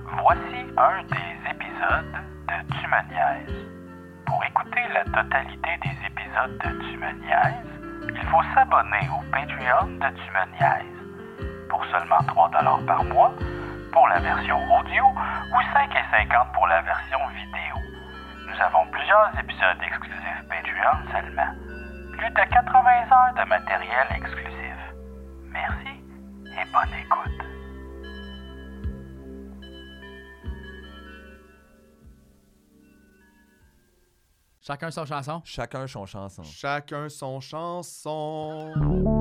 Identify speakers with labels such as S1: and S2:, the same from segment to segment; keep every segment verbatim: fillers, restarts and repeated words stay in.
S1: Voici un des épisodes de Tu me niaises. Pour écouter la totalité des épisodes de Tu me niaises, il faut s'abonner au Patreon de Tu me niaises. Pour seulement trois dollars par mois, pour la version audio, ou cinq dollars cinquante pour la version vidéo. Nous avons plusieurs épisodes exclusifs Patreon seulement. Plus de quatre-vingts heures de matériel exclusif. Merci et bonne écoute.
S2: Chacun son chanson.
S3: Chacun son chanson.
S4: Chacun son chanson.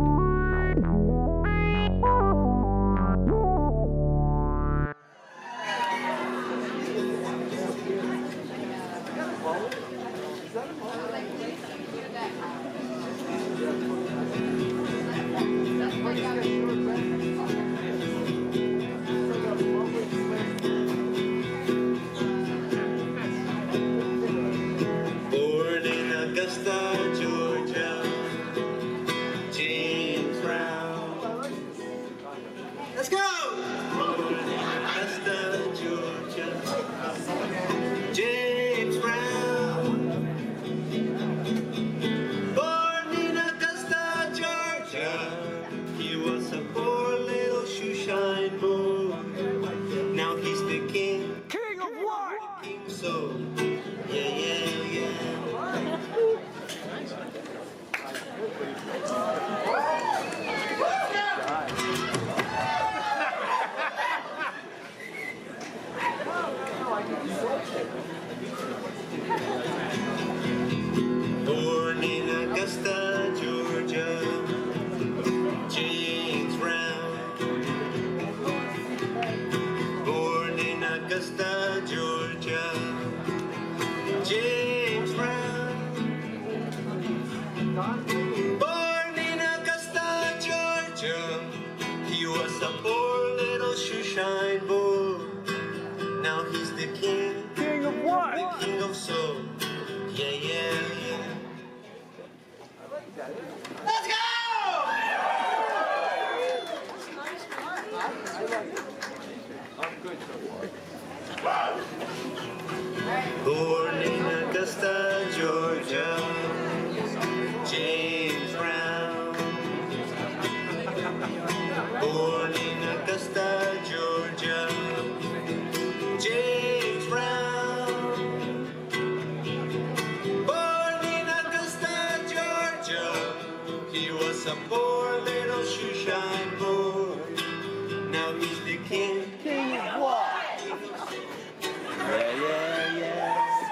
S5: Born in Augusta, Georgia, James Brown. Born in Augusta, Georgia, James Brown. Born in Augusta, Georgia, he was a poor little shoeshine boy. Now he's the king. King of what? The king of soul. Yeah, yeah, yeah. Let's go! Born in Augusta, Georgia, James Brown. Born in Augusta, Georgia, James Brown. Born in Augusta, Georgia, he was a poor little shoeshine boy. Now he's the king. King of what? Yeah, yeah, yeah.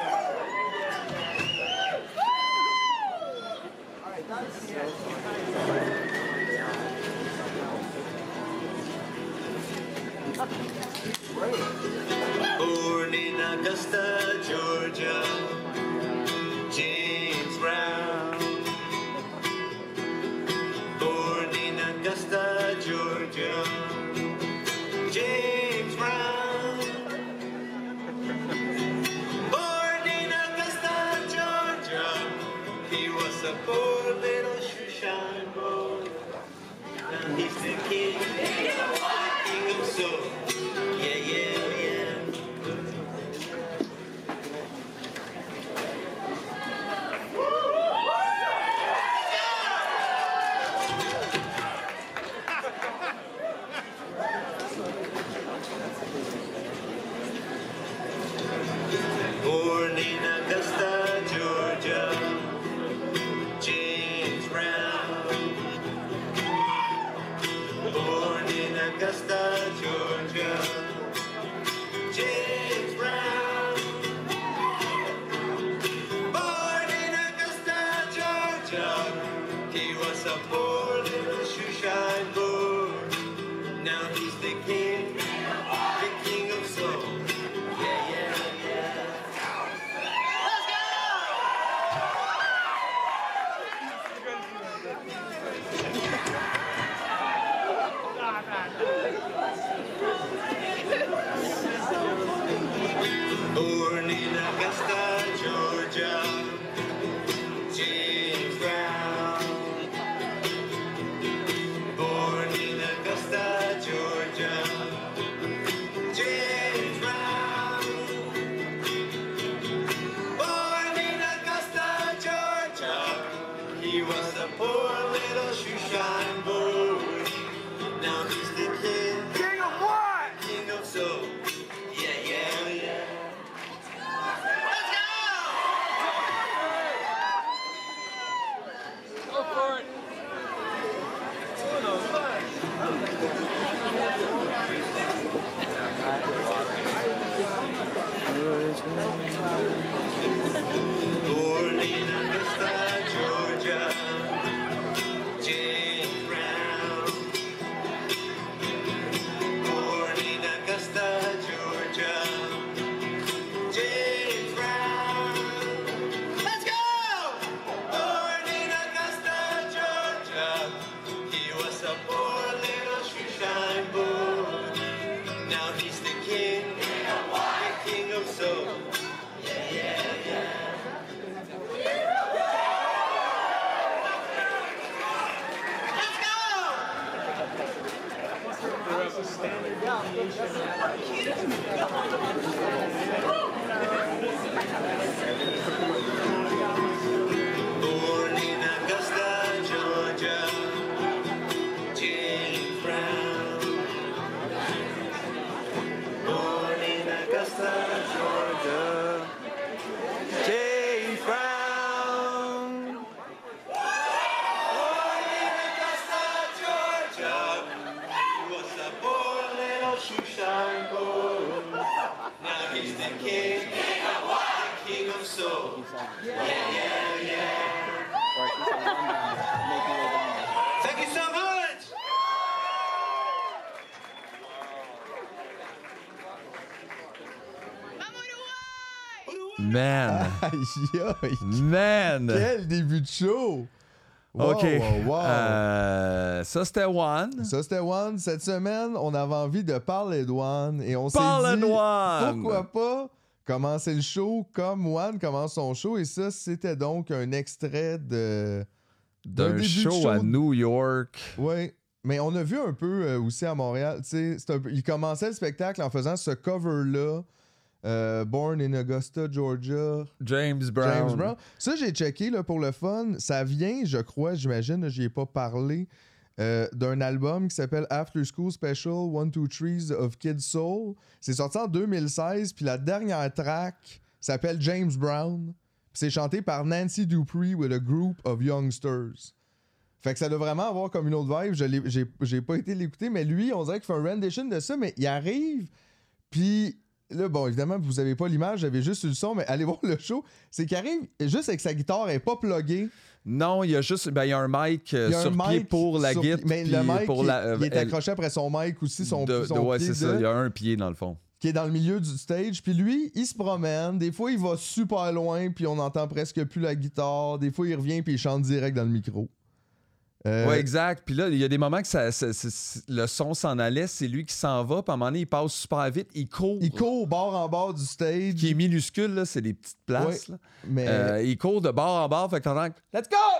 S5: Born in Augusta, Georgia, James Brown. Born in Augusta, Georgia, James Brown. Born in Augusta, Georgia, he was a poor little shoeshine boy. Now he's the king, the king of soul. Yeah, yeah, yeah. Born in Augusta, Georgia, James Brown. Born in Augusta, Georgia, king, the king of soul. Born in Augusta, Georgia, James Brown. Born in Augusta, Georgia, James Brown. Born in Augusta, Georgia, he was a poor little shoeshine boy. Now he's the king, the king of soul. Yeah, yeah, yeah. Thank you so much.
S3: Man.
S6: Aïe, aïe.
S3: Man.
S6: Quel début de show! Wow,
S3: OK.
S6: wow, wow.
S3: Euh, ça, c'était One.
S6: Ça, c'était One. Cette semaine, on avait envie de parler de One et on s'est
S3: Parle
S6: dit,
S3: de One.
S6: pourquoi pas commencer le show comme One commence son show. Et ça, c'était donc un extrait de...
S3: D'un
S6: début de
S3: show, à New York.
S6: Oui, mais on a vu un peu euh, aussi à Montréal. Tu sais, c'est un peu- il commençait le spectacle en faisant ce cover-là. euh, Born in Augusta, Georgia.
S3: James Brown.
S6: James Brown. Ça, j'ai checké là, pour le fun. Ça vient, je crois, j'imagine, là, j'y ai pas parlé, euh, d'un album qui s'appelle After School Special One, Two, Threes of Kid Soul. C'est sorti en deux mille seize, puis la dernière track s'appelle James Brown. Puis c'est chanté par Nancy Dupree with a group of youngsters. Fait que ça doit vraiment avoir comme une autre vibe. Je l'ai, j'ai, j'ai pas été l'écouter, mais lui, on dirait qu'il fait un rendition de ça, mais il arrive, puis là, bon, évidemment, vous avez pas l'image, j'avais juste eu le son, mais allez voir le show. C'est qu'il arrive juste avec sa guitare, elle est pas pluggée.
S3: Non, il y a juste ben, il y a un mic euh,
S6: Il y a
S3: sur
S6: un
S3: pied
S6: mic
S3: pour la
S6: sur-
S3: guitare.
S6: Mais
S3: puis
S6: le mic,
S3: pour
S6: il,
S3: la, euh,
S6: il est
S3: elle-
S6: accroché après son mic aussi, son,
S3: de,
S6: son
S3: de- ouais,
S6: pied
S3: c'est
S6: de-
S3: ça. Il y a un pied dans le fond.
S6: qui est dans le milieu du stage. Puis lui, il se promène. Des fois, il va super loin, puis on entend presque plus la guitare. Des fois, il revient, puis il chante direct dans le micro. Euh,
S3: Ouais, exact. Puis là, il y a des moments que ça, ça- ça- ça- le son s'en allait, c'est lui qui s'en va, puis à un moment donné, il passe super vite, il court.
S6: Il court bord en bord du stage.
S3: Qui est minuscule, là, c'est des petites places.
S6: Ouais,
S3: là.
S6: mais
S3: Euh, il court de bord en bord, fait que t'entends « Let's go! »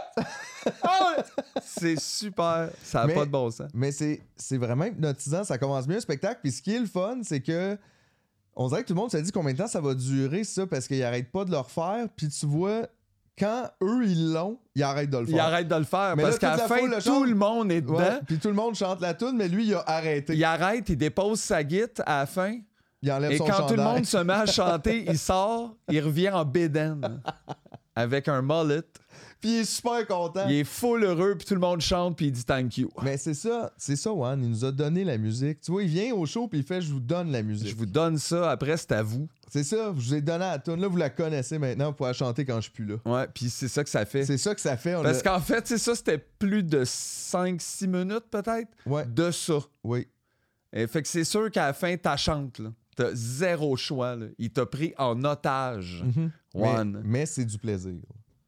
S3: Ah ouais! C'est super. Ça n'a
S6: Mais-
S3: pas de bon sens.
S6: Mais c'est, c'est vraiment hypnotisant. Ça commence bien le spectacle. Puis ce qui est le fun, c'est que on dirait que tout le monde s'est dit combien de temps ça va durer, ça, parce qu'ils arrêtent pas de le refaire. Puis tu vois, quand eux, ils l'ont, ils arrêtent de le faire.
S3: Il arrête de le faire
S6: Mais
S3: parce
S6: là,
S3: qu'à
S6: toute
S3: la
S6: la
S3: fin,
S6: foule le
S3: tout
S6: chante.
S3: le monde est dedans.
S6: Ouais, puis tout le monde chante la tune, mais lui, il a arrêté.
S3: Il arrête, il dépose sa guitare à la fin.
S6: Il enlève
S3: Et
S6: son
S3: quand tout le
S6: chandail.
S3: monde se met à chanter, il sort, il revient en bédaine avec un mullet.
S6: Puis il est super content.
S3: Il est full heureux, puis tout le monde chante, puis il dit thank you.
S6: Mais c'est ça, c'est ça, Juan. Il nous a donné la musique. Tu vois, il vient au show, puis il fait « Je vous donne la musique. »
S3: Je vous donne ça, après c'est à vous.
S6: C'est ça, je vous ai donné la tune. Là, vous la connaissez maintenant, vous pouvez la chanter quand je suis plus là.
S3: Ouais, puis c'est ça que ça fait.
S6: C'est ça que ça fait. On
S3: Parce
S6: a-
S3: qu'en fait, c'est ça, c'était plus de cinq six minutes peut-être
S6: Ouais,
S3: de ça.
S6: oui.
S3: Et fait que c'est sûr qu'à la fin, t'as chante, là. T'as zéro choix, là. Il t'a pris en otage.
S6: Mhm. Mais,
S3: One.
S6: mais c'est du plaisir.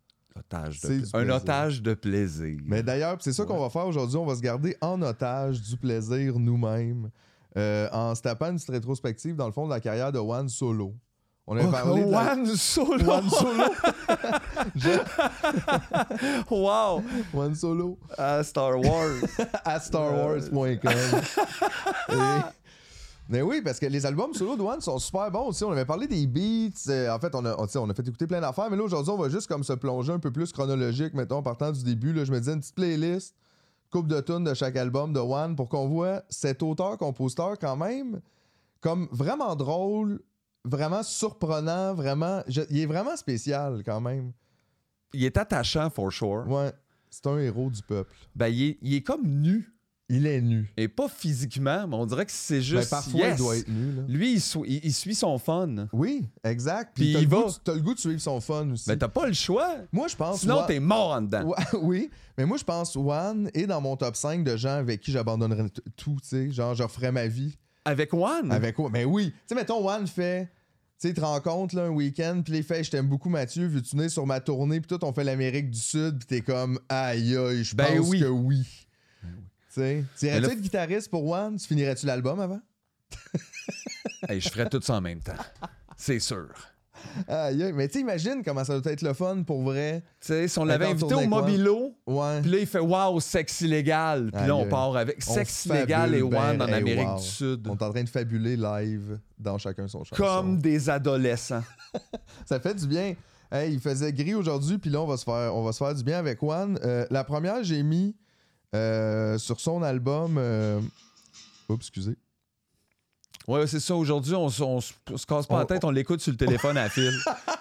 S3: Otage de
S6: C'est
S3: pla-
S6: du
S3: Un
S6: plaisir.
S3: otage de plaisir.
S6: Mais d'ailleurs, c'est ça qu'on va faire aujourd'hui. On va se garder en otage du plaisir nous-mêmes euh, en se tapant une petite rétrospective dans le fond de la carrière de Juan Solo. On avait parlé de la-
S3: One Solo!
S6: Juan Solo.
S3: Wow!
S6: Juan Solo.
S3: À Star Wars.
S6: à star wars point com. Et- Mais oui, parce que les albums solo de One sont super bons aussi. On avait parlé des beats. euh, en fait, on a, on, tu sais, on a fait écouter plein d'affaires. Mais là, aujourd'hui, on va juste comme se plonger un peu plus chronologique, mettons, partant du début. Là, je me disais une petite playlist, coupe de tunes de chaque album de One pour qu'on voit cet auteur-compositeur quand même comme vraiment drôle, vraiment surprenant, vraiment... je- il est vraiment spécial quand même.
S3: Il est attachant, for sure.
S6: Ouais, c'est un héros du peuple.
S3: Ben, il est, il est comme nu.
S6: Il est nu.
S3: Et pas physiquement, mais on dirait que c'est
S6: Ben,
S3: juste.
S6: parfois,
S3: yes.
S6: il doit être nu. Là.
S3: Lui, il, sou- il- il suit son fun.
S6: Oui, exact.
S3: Puis
S6: t'as
S3: il
S6: le
S3: va.
S6: goût de- T'as le goût de suivre son fun aussi.
S3: Mais t'as pas le choix.
S6: Moi, je pense...
S3: Sinon,
S6: Wa-
S3: t'es mort en dedans.
S6: Wa- oui, mais moi, je pense One est dans mon top cinq de gens avec qui j'abandonnerais t- tout, tu sais. Genre, je referais ma vie.
S3: Avec One.
S6: Avec quoi? Mais oui. Tu sais, mettons, One fait... Tu sais, il te rencontre là, un week-end, puis les fait « Je t'aime beaucoup, Mathieu. Veux-tu venir sur ma tournée? » Puis tout, on fait l'Amérique du Sud, puis t'es comme « Aïe, aïe, je
S3: Ben
S6: pense
S3: oui.
S6: que oui. Tu sais, tu
S3: Mais
S6: irais-tu
S3: là-
S6: être guitariste pour One? Tu finirais-tu l'album avant?
S3: Hey, je ferais tout ça en même temps. C'est sûr.
S6: Aïe, aïe. Mais tu imagines comment ça doit être le fun pour vrai.
S3: Tu sais, si on l'avait
S6: Être en
S3: invité
S6: tournée
S3: au
S6: avec
S3: Mobilo,
S6: Ouais.
S3: puis là, il fait « Wow, sexe illégal ». Puis
S6: Aïe,
S3: là, on
S6: aïe.
S3: part avec
S6: On
S3: sexe
S6: fabule
S3: illégal et
S6: ben,
S3: One en
S6: hey,
S3: Amérique
S6: wow.
S3: du Sud.
S6: On est en train de fabuler live dans chacun son chanson.
S3: Comme des adolescents.
S6: Ça fait du bien. Hey, il faisait gris aujourd'hui, puis là, on va se faire, on va se faire du bien avec One. Euh, la première, j'ai mis euh, sur son album. Euh... Oups, excusez.
S3: Ouais, c'est ça. Aujourd'hui, on, s- on s- se casse pas
S6: On-
S3: la tête, on l'écoute sur le téléphone à fil.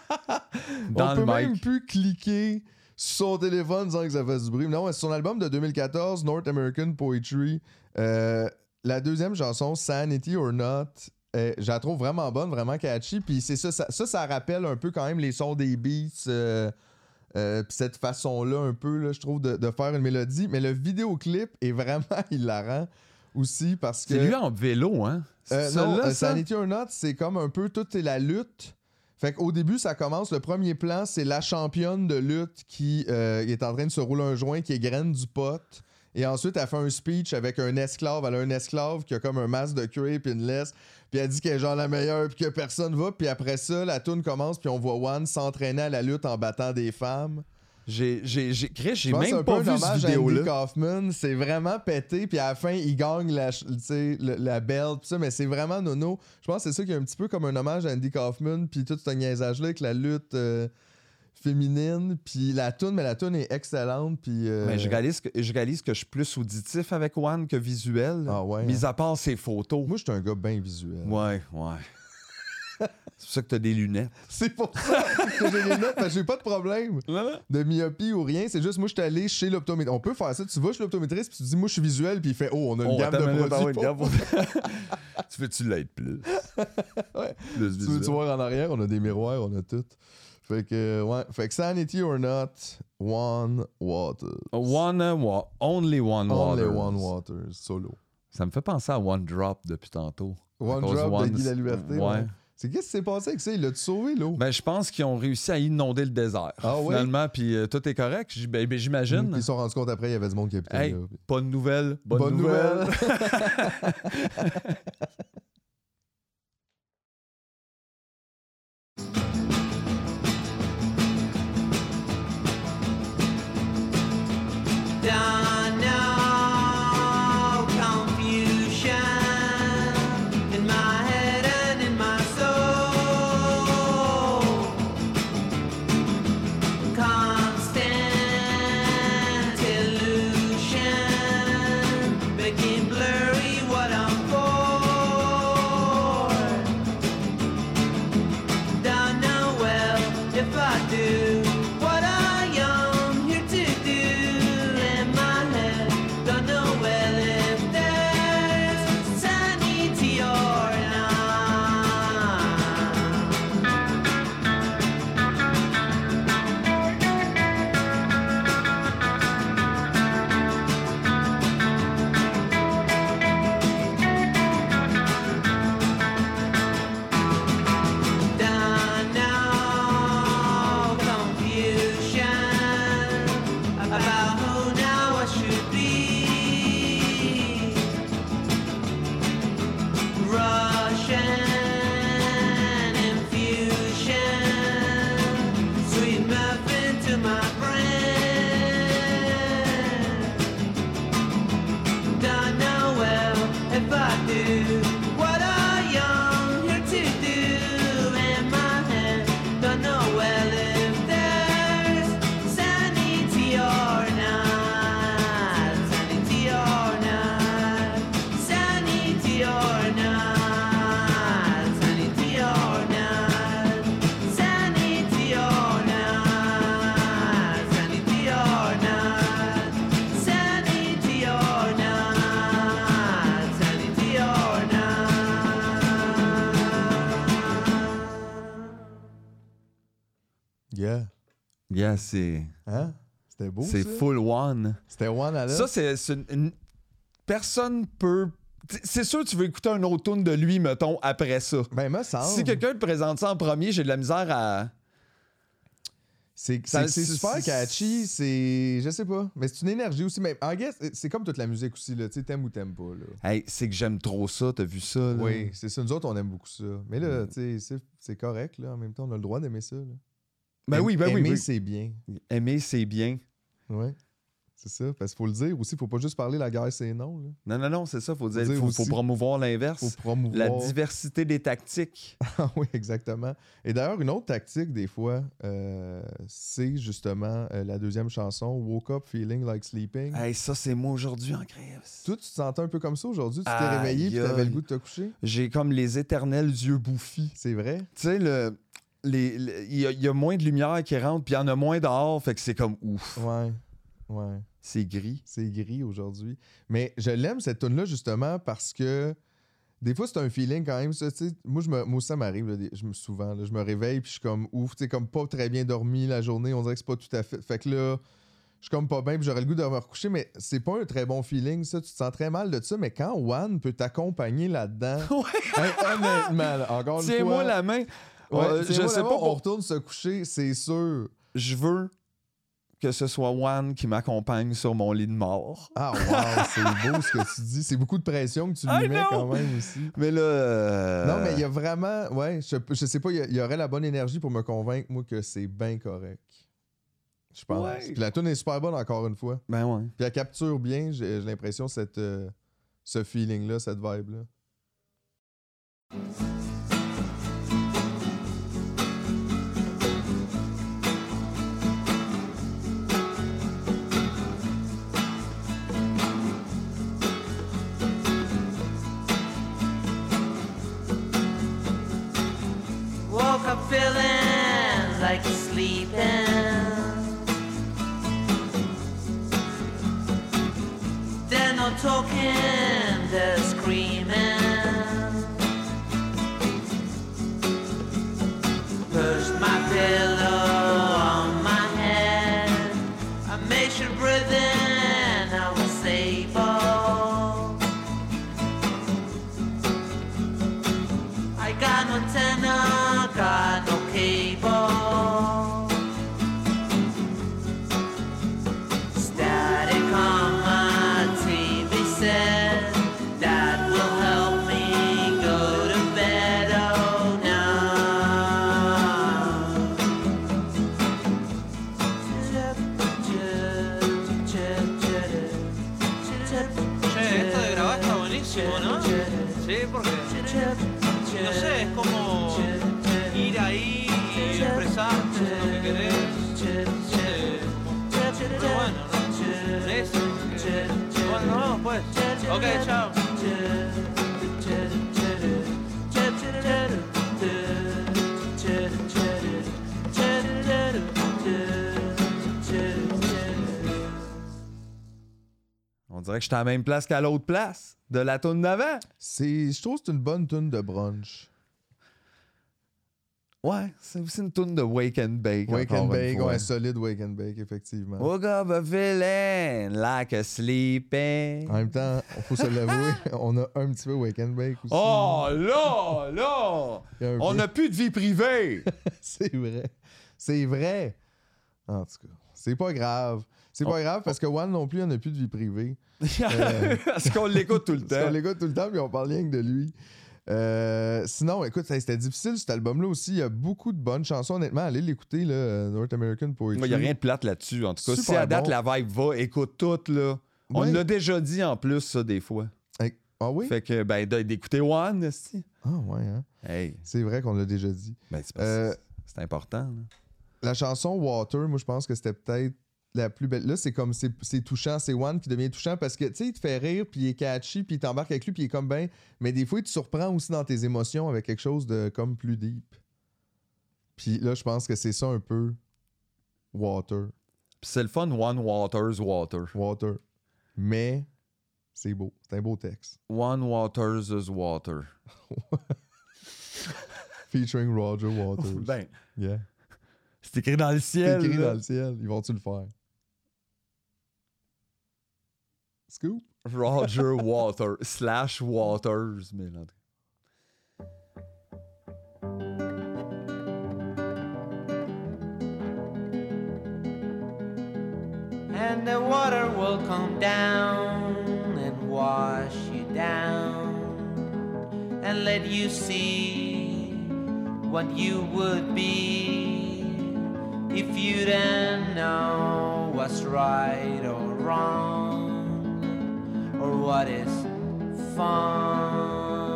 S3: Dans
S6: on
S3: le
S6: peut même
S3: mic.
S6: plus cliquer sur son téléphone sans que ça fasse du bruit. Non, c'est son album de deux mille quatorze, North American Poetry. Euh, la deuxième chanson, Sanity or Not, euh, je la trouve vraiment bonne, vraiment catchy. Puis c'est ça, ça, ça, ça rappelle un peu quand même les sons des beats. Euh, euh, puis cette façon-là, un peu, là, je trouve, de, de faire une mélodie. Mais le vidéoclip est vraiment hilarant aussi parce que.
S3: C'est lui en vélo, hein?
S6: Euh,
S3: C'est
S6: non,
S3: celle-là,
S6: euh,
S3: ça?
S6: Sanity or Not, c'est comme un peu toute la lutte. Fait qu'au début, ça commence. Le premier plan, c'est la championne de lutte qui euh, est en train de se rouler un joint, qui est graine du pot. Et ensuite, elle fait un speech avec un esclave. Elle a un esclave qui a comme un masque de cuir puis une laisse. Puis elle dit qu'elle est genre la meilleure puis que personne va. Puis après ça, la toune commence puis on voit One s'entraîner à la lutte en battant des femmes.
S3: J'ai, j'ai, j'ai, Chris, j'ai
S6: Je pense que c'est
S3: même
S6: un peu
S3: pas
S6: un
S3: vu
S6: hommage
S3: cette
S6: à Andy
S3: vidéo-là.
S6: Kaufman. C'est vraiment pété. Puis à la fin, il gagne la, ch- tu sais, le- la belt. Pis ça, mais c'est vraiment nono. Je pense que c'est ça qui est un petit peu comme un hommage à Andy Kaufman. Puis tout ce niaisage-là avec la lutte euh, féminine. Puis la toune, mais la toune est excellente. Puis. euh,
S3: Mais je réalise, que, je réalise que je suis plus auditif avec One que visuel.
S6: Ah ouais,
S3: Mis à part ses photos.
S6: Moi, je suis un gars bien visuel.
S3: Ouais, ouais. C'est pour ça que t'as des lunettes.
S6: C'est pour ça que j'ai les lunettes, parce que j'ai pas de problème
S3: Voilà.
S6: de myopie ou rien. C'est juste, moi, je suis allé chez l'optométriste. On peut faire ça. Tu vas chez l'optométriste, puis tu dis, moi, je suis visuel, puis il fait, oh, on a une
S3: Oh,
S6: gamme
S3: attends
S6: de
S3: une minute,
S6: produits.
S3: ah ouais, une
S6: pour-
S3: gamme pour- Tu veux-tu l'être plus?
S6: Ouais.
S3: Plus
S6: Tu veux
S3: visuel.
S6: tu voir en arrière, on a des miroirs, on a tout. Fait que, ouais. Fait que Sanity or Not, One Water.
S3: One, uh, wa- only one
S6: Only
S3: water.
S6: One Waters, solo.
S3: Ça me fait penser à One Drop depuis tantôt. À
S6: One
S3: cause
S6: Drop
S3: One-
S6: de Guy la Liberté.
S3: Ouais.
S6: Ouais. C'est qu'est-ce qui s'est passé avec ça? Il a-tu sauvé l'eau?
S3: Ben, je pense qu'ils ont réussi à inonder le désert.
S6: Ah ouais?
S3: Finalement, puis euh, tout est correct. J- Ben, ben, j'imagine.
S6: Ils se sont rendus compte après, il y avait du monde qui habitait
S3: Hey,
S6: là.
S3: pas de nouvelles. Bonne,
S6: Bonne
S3: nouvelle.
S6: nouvelle.
S5: Done now, confusion in my head and in my soul. Constant illusion, making blurry what I'm for. Don't know well if I do what I am here to do. In my head, don't know well if there's sanity or not. Done now, confusion about who now I should be. Russian infusion, sweet muffin to my friend. Don't know well if I do what I am here to do in my head. Don't know well if there's sanity or not. Sanity or not. Sanity or not. Sanity or not. Sanity or not. Sanity or not. Sanity or not. Sanity or not.
S6: Yeah.
S3: Yeah, c'est,
S6: Hein? C'était beau,
S3: c'est
S6: ça?
S3: full One.
S6: C'était One à
S3: Ça, c'est, c'est une, une- Personne peut... T'sais, c'est sûr que tu veux écouter un autre tune de lui, mettons, après ça.
S6: Ben, me semble.
S3: Si quelqu'un te présente ça en premier, j'ai de la misère à...
S6: C'est, c'est,
S3: Ça-
S6: c'est
S3: c'est-
S6: super
S3: c'est-
S6: catchy, c'est. Je sais pas. Mais c'est une énergie aussi. Mais en guess, c'est comme toute la musique aussi, là. Tu sais, t'aimes ou t'aimes pas, là.
S3: Hey, c'est que j'aime trop ça, t'as vu ça, là?
S6: Oui, c'est ça. Nous autres, on aime beaucoup ça. Mais là,
S3: Mm.
S6: tu sais, c'est, c'est correct, là. En même temps, on a le droit d'aimer ça, là.
S3: Ben
S6: Aim-
S3: oui, ben oui,
S6: aimer,
S3: oui.
S6: c'est bien.
S3: Aimer, c'est bien.
S6: Ouais. C'est ça. Parce qu'il faut le dire aussi, faut pas juste parler la guerre, c'est non, là.
S3: Non, non, non, c'est ça, faut dire,
S6: dire
S3: faut, faut
S6: aussi-
S3: promouvoir
S6: Faut
S3: l'inverse.
S6: promouvoir.
S3: La diversité des tactiques.
S6: Ah oui, exactement. Et d'ailleurs, une autre tactique, des fois, euh, c'est justement euh, la deuxième chanson, Woke Up Feeling Like Sleeping.
S3: Hey, ça, c'est moi aujourd'hui en crève.
S6: Toi, tu te sentais un peu comme ça aujourd'hui? Tu t'es
S3: Aïe,
S6: réveillé et tu avais
S3: aïe.
S6: le goût de te coucher?
S3: J'ai comme les éternels yeux bouffis.
S6: C'est vrai?
S3: Tu sais, le. les- les- Il y, a- il y a moins de lumière qui rentre, puis il y en a moins dehors, fait que c'est comme ouf.
S6: Ouais. Ouais.
S3: C'est gris.
S6: C'est gris aujourd'hui. Mais je l'aime, cette tune là justement, parce que des fois, c'est un feeling quand même. Ça, tu sais, moi, je me, moi, ça m'arrive là, des- je me, souvent. Là, je me réveille puis je suis comme ouf, tu sais, comme pas très bien dormi la journée. On dirait que c'est pas tout à fait. Fait que là, je suis comme pas bien puis j'aurais le goût de me recoucher, mais c'est pas un très bon feeling, ça. Tu te sens très mal de ça. Mais quand One peut t'accompagner là-dedans, hey, honnêtement, là, encore une fois.
S3: Tiens-moi la main.
S6: Ouais,
S3: Euh, je
S6: tiens-moi
S3: sais
S6: la
S3: pas,
S6: main, on
S3: pour-
S6: retourne se coucher, c'est sûr.
S3: Je veux que ce soit Juan qui m'accompagne sur mon lit de mort.
S6: Ah, wow, c'est beau ce que tu dis. C'est beaucoup de pression que tu
S3: I
S6: lui mets
S3: know.
S6: quand même aussi.
S3: Mais là. euh,
S6: Non, mais il y a vraiment. Ouais, je, je sais pas, il y, a- il y aurait la bonne énergie pour me convaincre, moi, que c'est bien correct. Je pense.
S3: Ouais.
S6: Puis la tune est super bonne, encore une fois.
S3: Ben ouais.
S6: Puis elle capture bien, j'ai j'ai l'impression, cette, euh, ce feeling-là, cette vibe-là.
S7: Woke up feeling like sleeping. There's no talking, there's screaming. Pushed my pillow on my head. I made sure breathing I was able. I got no tenor, got no cable. Static on my T V set, that will help me go to bed. Oh no.
S8: Che, esto de grabar está buenísimo, ¿no? Sí, porque, no sé, es como ir ahí y expresar lo que querés. Eh, Muy bueno, ¿no? Sí. Bueno, nos vemos pues. Ok, chao.
S3: On dirait que j'étais à la même place qu'à l'autre place de la tourne d'avant.
S6: C'est, je trouve que c'est une bonne tune de brunch.
S3: Ouais, c'est aussi une tourne de Wake and Bake.
S6: Wake
S3: encore
S6: and
S3: une
S6: Bake,
S3: fois.
S6: ouais, solide Wake and Bake, effectivement.
S3: Woke up a feeling like a sleeping.
S6: En même temps, il faut se l'avouer, on a un petit peu Wake and Bake aussi.
S3: Oh là, là!
S6: Il y a un
S3: On
S6: peu.
S3: n'a plus de vie privée!
S6: C'est vrai. C'est vrai. En tout cas, c'est pas grave. C'est pas
S3: Oh.
S6: grave parce que One non plus, on n'a plus de vie privée.
S3: Parce qu'on l'écoute tout le
S6: Parce qu'on
S3: temps.
S6: l'écoute tout le temps puis on parle rien que de lui. Euh, sinon, écoute, ça, c'était difficile cet album-là aussi. Il y a beaucoup de bonnes chansons. Honnêtement, allez l'écouter, là, euh, North American Poetry.
S3: Il n'y a rien de plate là-dessus. En tout cas, si
S6: Super
S3: à date
S6: bon.
S3: la vibe va, écoute tout, là. On
S6: Ouais.
S3: l'a déjà dit en plus, ça, des fois.
S6: Hey, Ah oui?
S3: Fait que, ben, d- d'écouter One, esti.
S6: Ah ouais, hein?
S3: Hey,
S6: C'est vrai qu'on l'a déjà dit.
S3: ben, c'est parce-
S6: Euh,
S3: c'est important, là.
S6: La chanson Water, moi, je pense que c'était peut-être la plus belle. Là, c'est comme, c'est, c'est touchant. C'est One qui devient touchant parce que, tu sais, il te fait rire, puis il est catchy, puis il t'embarque avec lui, puis il est comme ben. Mais des fois, il te surprend aussi dans tes émotions avec quelque chose de comme plus deep. Puis là, je pense que c'est ça un peu Water.
S3: Puis c'est le fun, One Waters Water.
S6: Water. Mais c'est beau. C'est un beau texte.
S3: One Waters is Water.
S6: Featuring Roger Waters.
S3: Ben,
S6: Yeah.
S3: c'est écrit dans le
S6: C'est
S3: ciel.
S6: écrit
S3: là.
S6: dans le ciel. Ils vont-tu le faire? Scoop?
S3: Roger Water slash Waters. Mais là,
S7: And the water will come down and wash you down and let you see what you would be if you didn't know what's right or wrong or what is fun.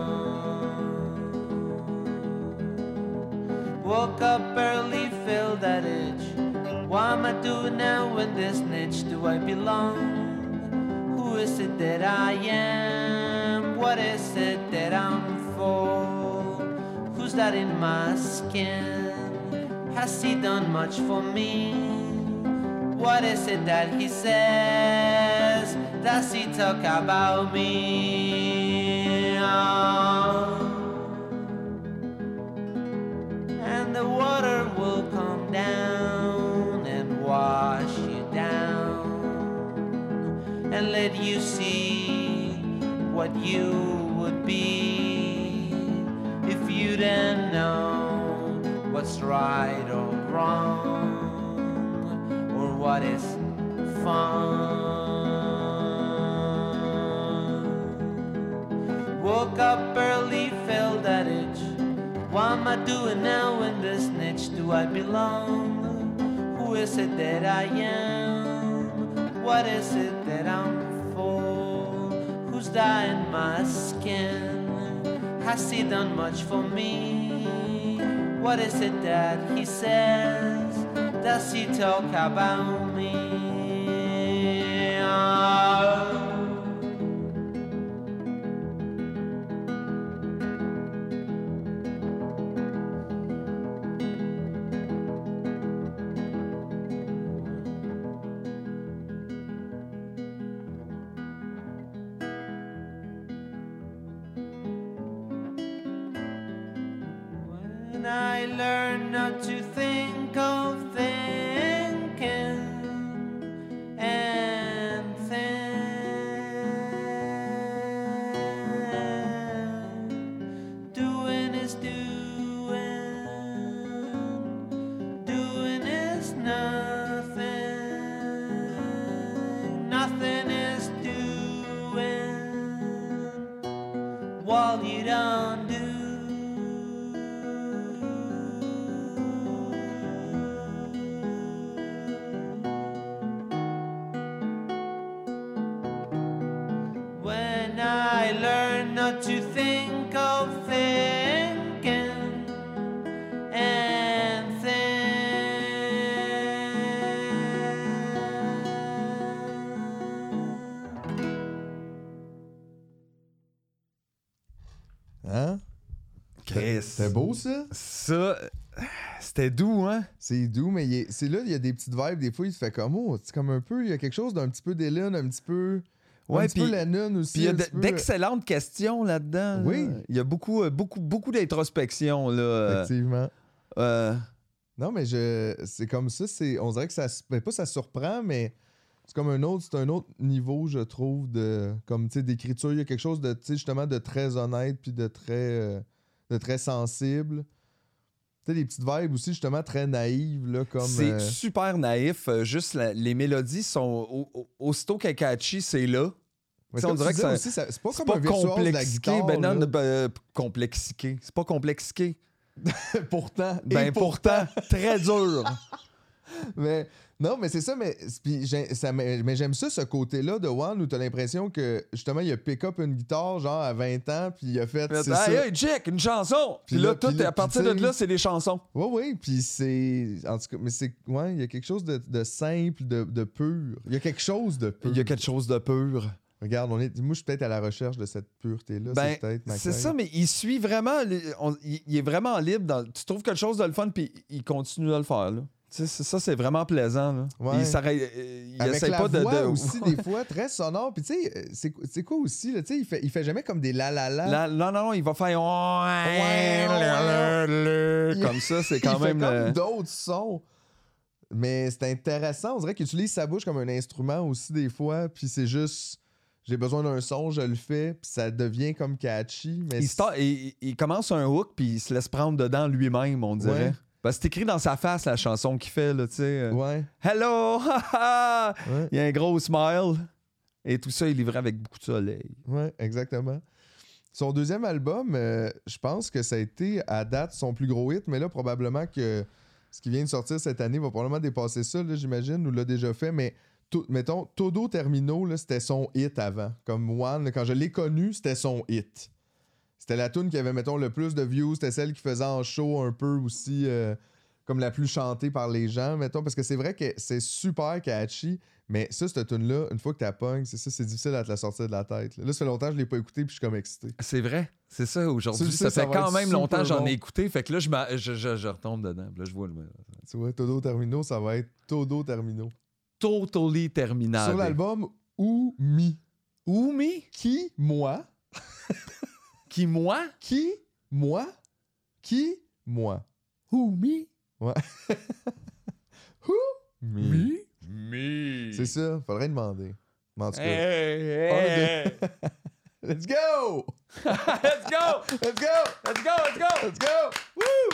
S7: Woke up early, filled that itch. What am I doing now in this niche? Do I belong? Who is it that I am? What is it that I'm for? Who's that in my skin? Has he done much for me? What is it that he says? Does he talk about me? Oh. And the water will come down and wash you down and let you see what you would be if you didn't know what's right or wrong or what is fun. Woke up early, felt that itch. What am I doing now in this niche? Do I belong? Who is it that I am? What is it that I'm for? Who's dying my skin? Has he done much for me? What is it that he says? Does he talk about me? Oh. When I learned not to think of thinking and think, doing is doing, doing is nothing, nothing is doing while you don't do. I learned not to think of thinking and think.
S6: Hein?
S3: Chris.
S6: C'était beau, ça?
S3: Ça, c'était doux, hein?
S6: C'est doux, mais il est- c'est là, il y a des petites vibes. Des fois, il se fait comme, oh, c'est comme un peu, il y a quelque chose d'un petit peu d'Ellen, un petit peu...
S3: Ouais,
S6: un petit
S3: puis-
S6: peu Lennon aussi.
S3: Puis il y a
S6: un
S3: de-
S6: petit peu-
S3: d'excellentes questions là-dedans.
S6: Oui.
S3: là. Il y a beaucoup, euh, beaucoup, beaucoup d'introspection. Là. Euh,
S6: Effectivement.
S3: euh,
S6: Non, mais je c'est comme ça. C'est, on dirait que ça... Ben, pas ça surprend, mais c'est comme un autre... C'est un autre niveau, je trouve, de... Comme, tu sais, d'écriture. Il y a quelque chose de, tu sais, justement, de très honnête puis de très... euh, de très sensible. Tu sais, des petites vibes aussi, justement, très naïves, là, comme...
S3: c'est
S6: euh,
S3: super naïf. euh, juste la- les mélodies sont... au- au- aussitôt qu'elle catchy, c'est là.
S6: mais
S3: Tu sais,
S6: comme
S3: on
S6: tu
S3: dirait que
S6: disais
S3: ça-
S6: aussi, ça- c'est pas
S3: C'est
S6: comme
S3: pas
S6: un virtuose de la
S3: complexiqué.
S6: guitare,
S3: Ben non,
S6: là.
S3: ben, euh, complexiqué. C'est pas complexiqué.
S6: pourtant. et
S3: Ben pourtant, très dur.
S6: Mais non, mais c'est ça, mais, puis j'ai- ça, mais mais j'aime ça, ce côté-là de One où t'as l'impression que justement, il a pick up une guitare genre à vingt ans, puis il a fait.
S3: Hey,
S6: C'est ça.
S3: hey, Jack, une chanson! Puis
S6: Puis
S3: là,
S6: là,
S3: tout,
S6: puis là,
S3: à partir
S6: puis
S3: de
S6: tu
S3: là,
S6: sais-
S3: c'est des chansons.
S6: Oui, oui, puis c'est. En tout cas, mais c'est. Ouais, il y a quelque chose de, de simple, de, de pur. Il y a quelque chose de pur.
S3: Il y a quelque chose de pur.
S6: Regarde, on est... moi, je suis peut-être à la recherche de cette pureté-là.
S3: Ben,
S6: c'est peut-être ma
S3: c'est
S6: crainte.
S3: ça, mais il suit vraiment. les- on- il, il est vraiment libre. Dans, tu trouves quelque chose de le fun, puis il continue de le faire. Là. Tu sais, c'est- ça, c'est vraiment plaisant. Là.
S6: Ouais.
S3: Il s'arrête. euh, Il
S6: Avec
S3: essaie
S6: la
S3: pas de.
S6: voix
S3: de-
S6: aussi, des fois, très sonore. Puis, tu sais, euh, c'est c'est quoi aussi, là? Tu sais, il fait, il fait jamais comme des la-la-la.
S3: La- non, non, non, il va faire.
S6: Ouais, ouais.
S3: Comme ça, c'est quand
S6: il
S3: même.
S6: fait
S3: le-
S6: comme d'autres sons. Mais c'est intéressant. On dirait qu'il utilise sa bouche comme un instrument aussi, des fois. Puis c'est juste... J'ai besoin d'un son, je le fais. Puis ça devient comme catchy. Mais
S3: il, start- il- il commence un hook, puis il se laisse prendre dedans lui-même, on dirait.
S6: Ouais.
S3: Ben, c'est écrit dans sa face, la chanson qu'il fait, là, tu sais.
S6: Ouais.
S3: Hello! ha, ha!
S6: Ouais.
S3: Il y a un gros smile. Et tout ça est livré avec beaucoup de soleil.
S6: Ouais, exactement. Son deuxième album, euh, je pense que ça a été à date son plus gros hit, mais là, probablement que ce qui vient de sortir cette année va probablement dépasser ça, là, j'imagine, ou l'a déjà fait, mais to- mettons, Todo Termino, là, c'était son hit avant. Comme One, là, quand je l'ai connu, c'était son hit. C'était la tune qui avait, mettons, le plus de views, c'était celle qui faisait en show un peu aussi, euh, comme la plus chantée par les gens, mettons, parce que c'est vrai que c'est super catchy, mais ça, cette tune-là, une fois que t'as pognes, c'est ça, c'est difficile à te la sortir de la tête. Là, Là, ça fait longtemps que je l'ai pas écouté puis je suis comme excité.
S3: C'est vrai. C'est ça, aujourd'hui.
S6: Tu le sais,
S3: Ça
S6: ça
S3: fait
S6: va
S3: quand
S6: être
S3: même
S6: super
S3: longtemps que j'en
S6: bon.
S3: ai écouté. Fait que là, je, m'a- je, je, je retombe dedans. Puis là, je vois le...
S6: Tu vois, Todo Termino, ça va être Todo Termino.
S3: Totally terminal.
S6: Sur l'album Ou Mi.
S3: Ou me?
S6: Qui, moi,
S3: Qui, moi?
S6: qui, moi, qui, moi.
S3: Ou me?
S6: Ouais. Who? Me.
S3: Me.
S6: C'est ça, faudrait demander. Mais en tout cas,
S3: Hey, hey,
S6: Un,
S3: hey.
S6: let's go!
S3: Let's go!
S6: Let's go!
S3: Let's go! Let's go!
S6: Let's go!
S3: Woo!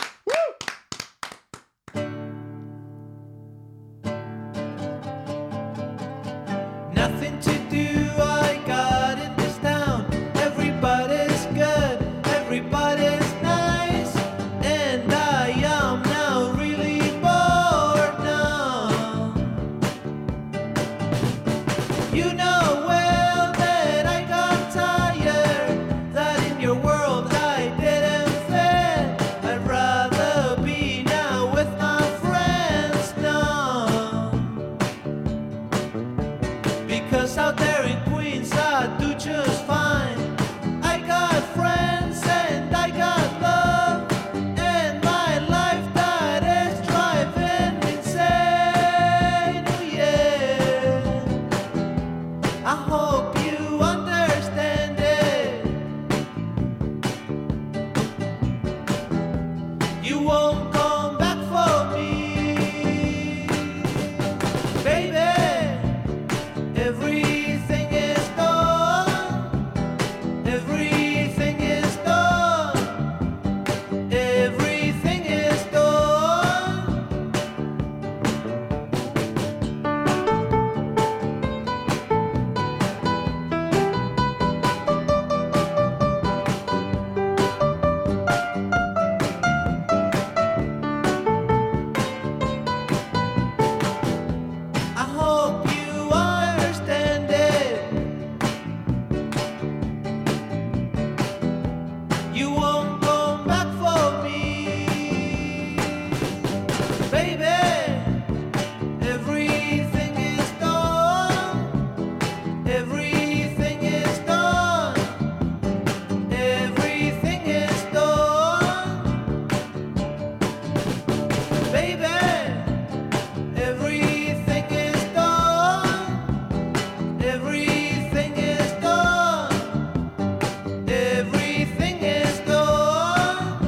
S7: Nothing to do, I got in this town. Everybody's good, everybody's nice. And I am now really bored now. You know well that I got tired, that in your world I didn't fit. I'd rather be now with my friends now. Because out there in Queens I do just fine. I got friends and I got love, and my life that is driving me insane. Oh yeah, I hope you understand it. You won't come back for me, baby. Everything is gone. Everything is gone. Everything is gone. I hope you understand it. You won't come back for me, baby. Everything is gone. Everything is gone. Everything is gone, baby. Everything is gone. Everything is gone. Everything is gone.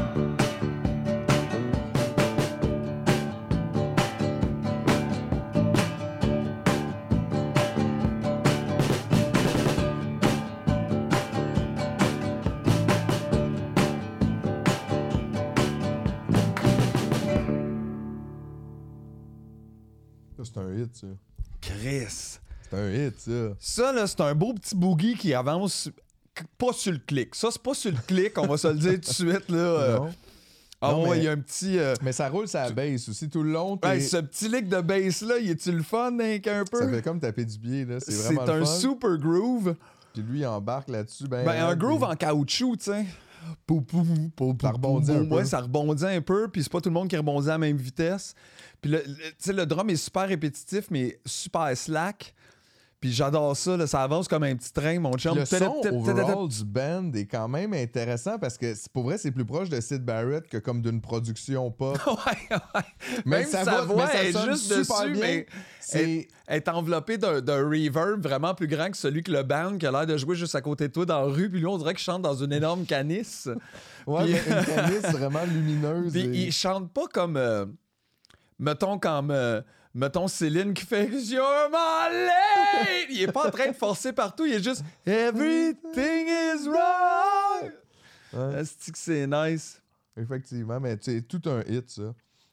S6: Ça, c'est un hit, ça.
S3: Chris.
S6: C'est un hit, ça.
S3: Ça, là, c'est un beau petit boogie qui avance c- pas sur le clic. Ça, c'est pas sur le clic, on va se le dire tout de suite, là. euh.
S6: Non.
S3: Ah
S6: Non,
S3: ouais,
S6: mais-
S3: il y a un petit... euh,
S6: Mais ça roule sa bass aussi tout le long. t'es-
S3: hey, ce petit lick de bass-là, il est-tu le fun, hein, qu'un peu?
S6: Ça fait comme taper du pied, là. C'est
S3: C'est
S6: vraiment
S3: un
S6: le fun.
S3: super groove.
S6: Puis lui, il embarque là-dessus. Ben,
S3: Ben, un
S6: raide,
S3: groove
S6: puis-
S3: en caoutchouc, tu sais. Pou, pou, pou, pou,
S6: Ça rebondit
S3: pou,
S6: un
S3: pou.
S6: peu.
S3: Ouais, ça rebondit un peu, puis c'est pas tout le monde qui rebondit à la même vitesse. Puis le, le- tu sais, le drum est super répétitif, mais super slack. Puis j'adore ça, là, ça avance comme un petit train, mon chum.
S6: Le
S3: Tadap,
S6: son
S3: tadap, tadap.
S6: overall du band est quand même intéressant parce que c'est- pour vrai, c'est plus proche de Syd Barrett que comme d'une production pop.
S3: Ouais, ouais.
S6: Mais
S3: Même
S6: ça
S3: sa
S6: va-
S3: voix
S6: mais ça
S3: est
S6: sonne
S3: juste
S6: super
S3: dessus,
S6: bien.
S3: mais
S6: C'est-
S3: elle, elle est enveloppée d'un, d'un reverb vraiment plus grand que celui que le band qui a l'air de jouer juste à côté de toi dans la rue. Puis lui, on dirait qu'il chante dans une énorme canisse.
S6: Ouais,
S3: Puis-
S6: mais une canisse vraiment lumineuse.
S3: Puis
S6: et-
S3: il chante pas comme... euh, mettons comme... euh, mettons Céline qui fait You're my lady. Il est pas en train de forcer partout, il est juste Everything is wrong.
S6: Ouais.
S3: Est-ce que c'est nice?
S6: Effectivement, mais c'est tout un hit, ça.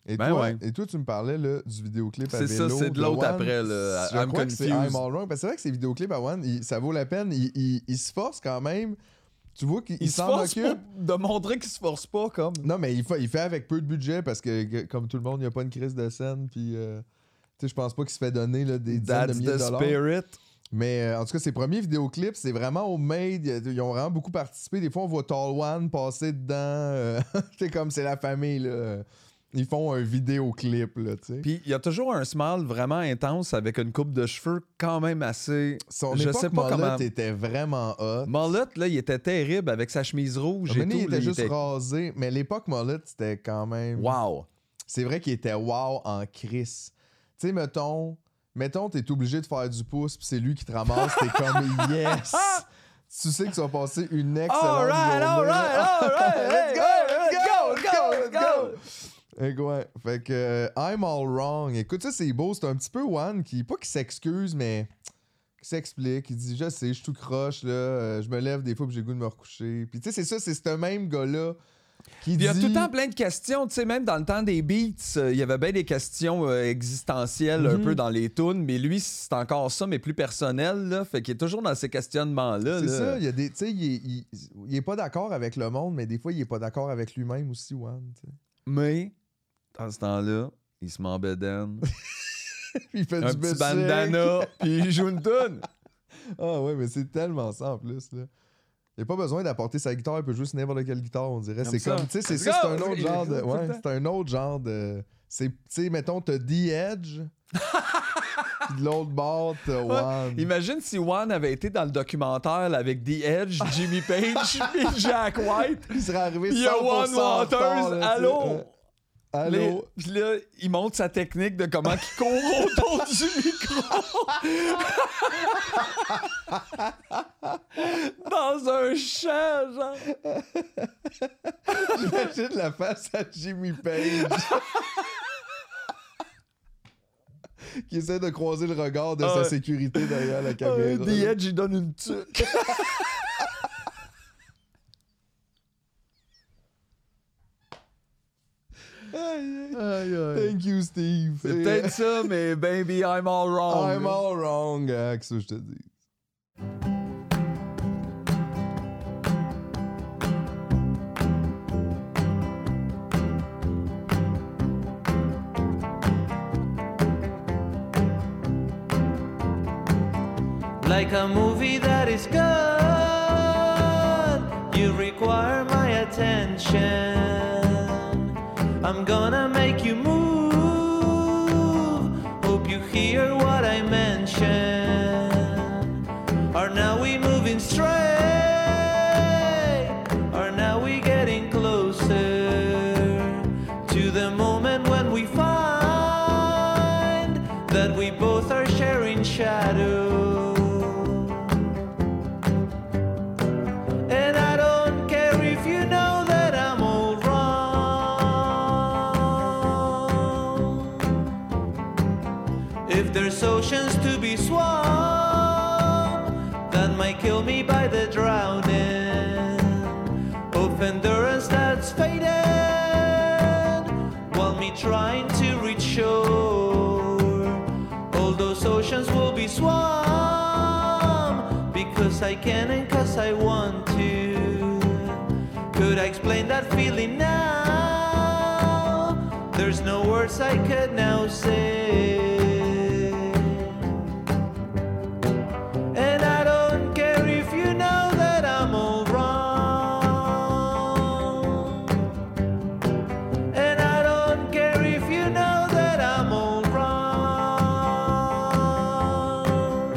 S6: Et,
S3: Ben
S6: toi,
S3: ouais.
S6: et toi, tu me parlais là, du vidéoclip à
S3: C'est ça,
S6: vélo.
S3: c'est de l'autre
S6: One.
S3: après, là.
S6: Je
S3: I'm
S6: crois que c'est
S3: confused.
S6: I'm All Wrong. Parce que c'est vrai que ces vidéoclips à One, il- ça vaut la peine. Il, il- il se force quand même. Tu vois qu'il
S3: Il
S6: il
S3: se
S6: s'en
S3: force
S6: occupe.
S3: pour de montrer qu'il se force pas, comme.
S6: Non, mais il fait, il fait avec peu de budget parce que, que, comme tout le monde, il n'y a pas une crise de scène. Puis, euh, tu sais, je pense pas qu'il se fait donner là, des dizaines de
S3: That's
S6: milliers de
S3: the
S6: dollars.
S3: spirit.
S6: Mais euh, en tout cas, ses premiers vidéoclips, c'est vraiment homemade. Ils ils ont vraiment beaucoup participé. Des fois, on voit Tall One passer dedans. euh, c'est comme c'est la famille, là. Ils font un vidéoclip, là, tu sais.
S3: Puis il y a toujours un smile vraiment intense avec une coupe de cheveux quand même assez.
S6: Son
S3: je
S6: époque
S3: sais pas
S6: Mullet
S3: comment.
S6: était vraiment hot.
S3: Mullet, là, il était terrible avec sa chemise rouge et
S6: Maintenant,
S3: tout.
S6: il était
S3: là,
S6: juste rasé. Mais l'époque Mullet, c'était quand même...
S3: Wow.
S6: C'est vrai qu'il était wow en crise. Tu sais, mettons... Mettons, t'es obligé de faire du pouce, puis c'est lui qui te ramasse, t'es comme « Yes! » Tu sais que tu vas passer une excellente
S3: Alright,
S6: journée.
S3: alright, alright!
S6: Let's go, let's go, let's go, let's go!
S3: go!
S6: Fait que ouais, fait que euh, I'm All Wrong. Écoute, ça c'est beau, c'est un petit peu One qui, pas qu'il s'excuse, mais qui s'explique. Il dit, je sais, je suis tout croche, là, euh, je me lève des fois puis j'ai le goût de me recoucher. Puis tu sais, c'est ça, c'est ce même gars-là qui
S3: Puis il
S6: dit...
S3: y a tout le temps plein de questions, tu sais, même dans le temps des beats, euh, il y avait bien des questions euh, existentielles un
S6: Mhm.
S3: peu dans les tunes, mais lui, c'est encore ça, mais plus personnel, là, fait qu'il est toujours dans ces questionnements-là.
S6: C'est
S3: là.
S6: ça, il y a des... Tu sais, il, est- il, il est pas d'accord avec le monde, mais des fois, il est pas d'accord avec lui-même aussi, One, tu sais.
S3: Mais, dans ce temps-là, il se m'embédane.
S6: Il fait
S3: un
S6: du
S3: petit
S6: music.
S3: bandana, puis il joue une tune.
S6: Ah ouais, mais c'est tellement ça en plus, là. Il a pas besoin d'apporter sa guitare, il peut juste n'importe quelle guitare, on dirait.
S3: Comme
S6: C'est
S3: ça.
S6: comme, tu sais, c'est
S3: Let's
S6: ça, c'est
S3: go!
S6: un autre
S3: Il
S6: genre
S3: joue
S6: de.
S3: tout le
S6: Ouais,
S3: temps.
S6: c'est un autre genre de. C'est, tu sais, mettons, t'as The Edge. Puis de l'autre bord, t'as One.
S3: Imagine si One avait été dans le documentaire là, avec The Edge, Jimmy Page et Jack White.
S6: Il serait arrivé
S3: Puis il y a
S6: cent pour cent
S3: One
S6: en retard,
S3: Waters,
S6: là, tu sais.
S3: allô?
S6: Euh, Allô?
S3: Les- Puis là, il montre sa technique de comment il court autour du micro. Dans un champ, genre.
S6: J'imagine la face à Jimmy Page. Qui essaie de croiser le regard de
S3: Ah
S6: sa
S3: ouais.
S6: sécurité derrière la
S3: Euh,
S6: caméra.
S3: The Edge, il donne une tuque.
S6: Aïe, aïe.
S3: Aïe, aïe.
S6: Thank you, Steve.
S3: C'est peut-être ça, mais baby, I'm all wrong.
S6: I'm all wrong, hein, que ça je te dis.
S7: Like a movie that is good, you require my attention. I'm gonna make you move. Hope you hear what I mention. Are now we moving straight? Are now we getting closer to the moment when we find that we both are sharing shadows? And I don't care if you know that I'm all wrong. If there's oceans to be swum, that might kill me by the drowning. Of endurance that's fading, while me trying to reach shore. All those oceans will be swum, because I can and cause I want to. Could I explain that feeling now? There's no words I could now say. And I don't care if you know that I'm all wrong. And I don't care if you know that I'm all wrong.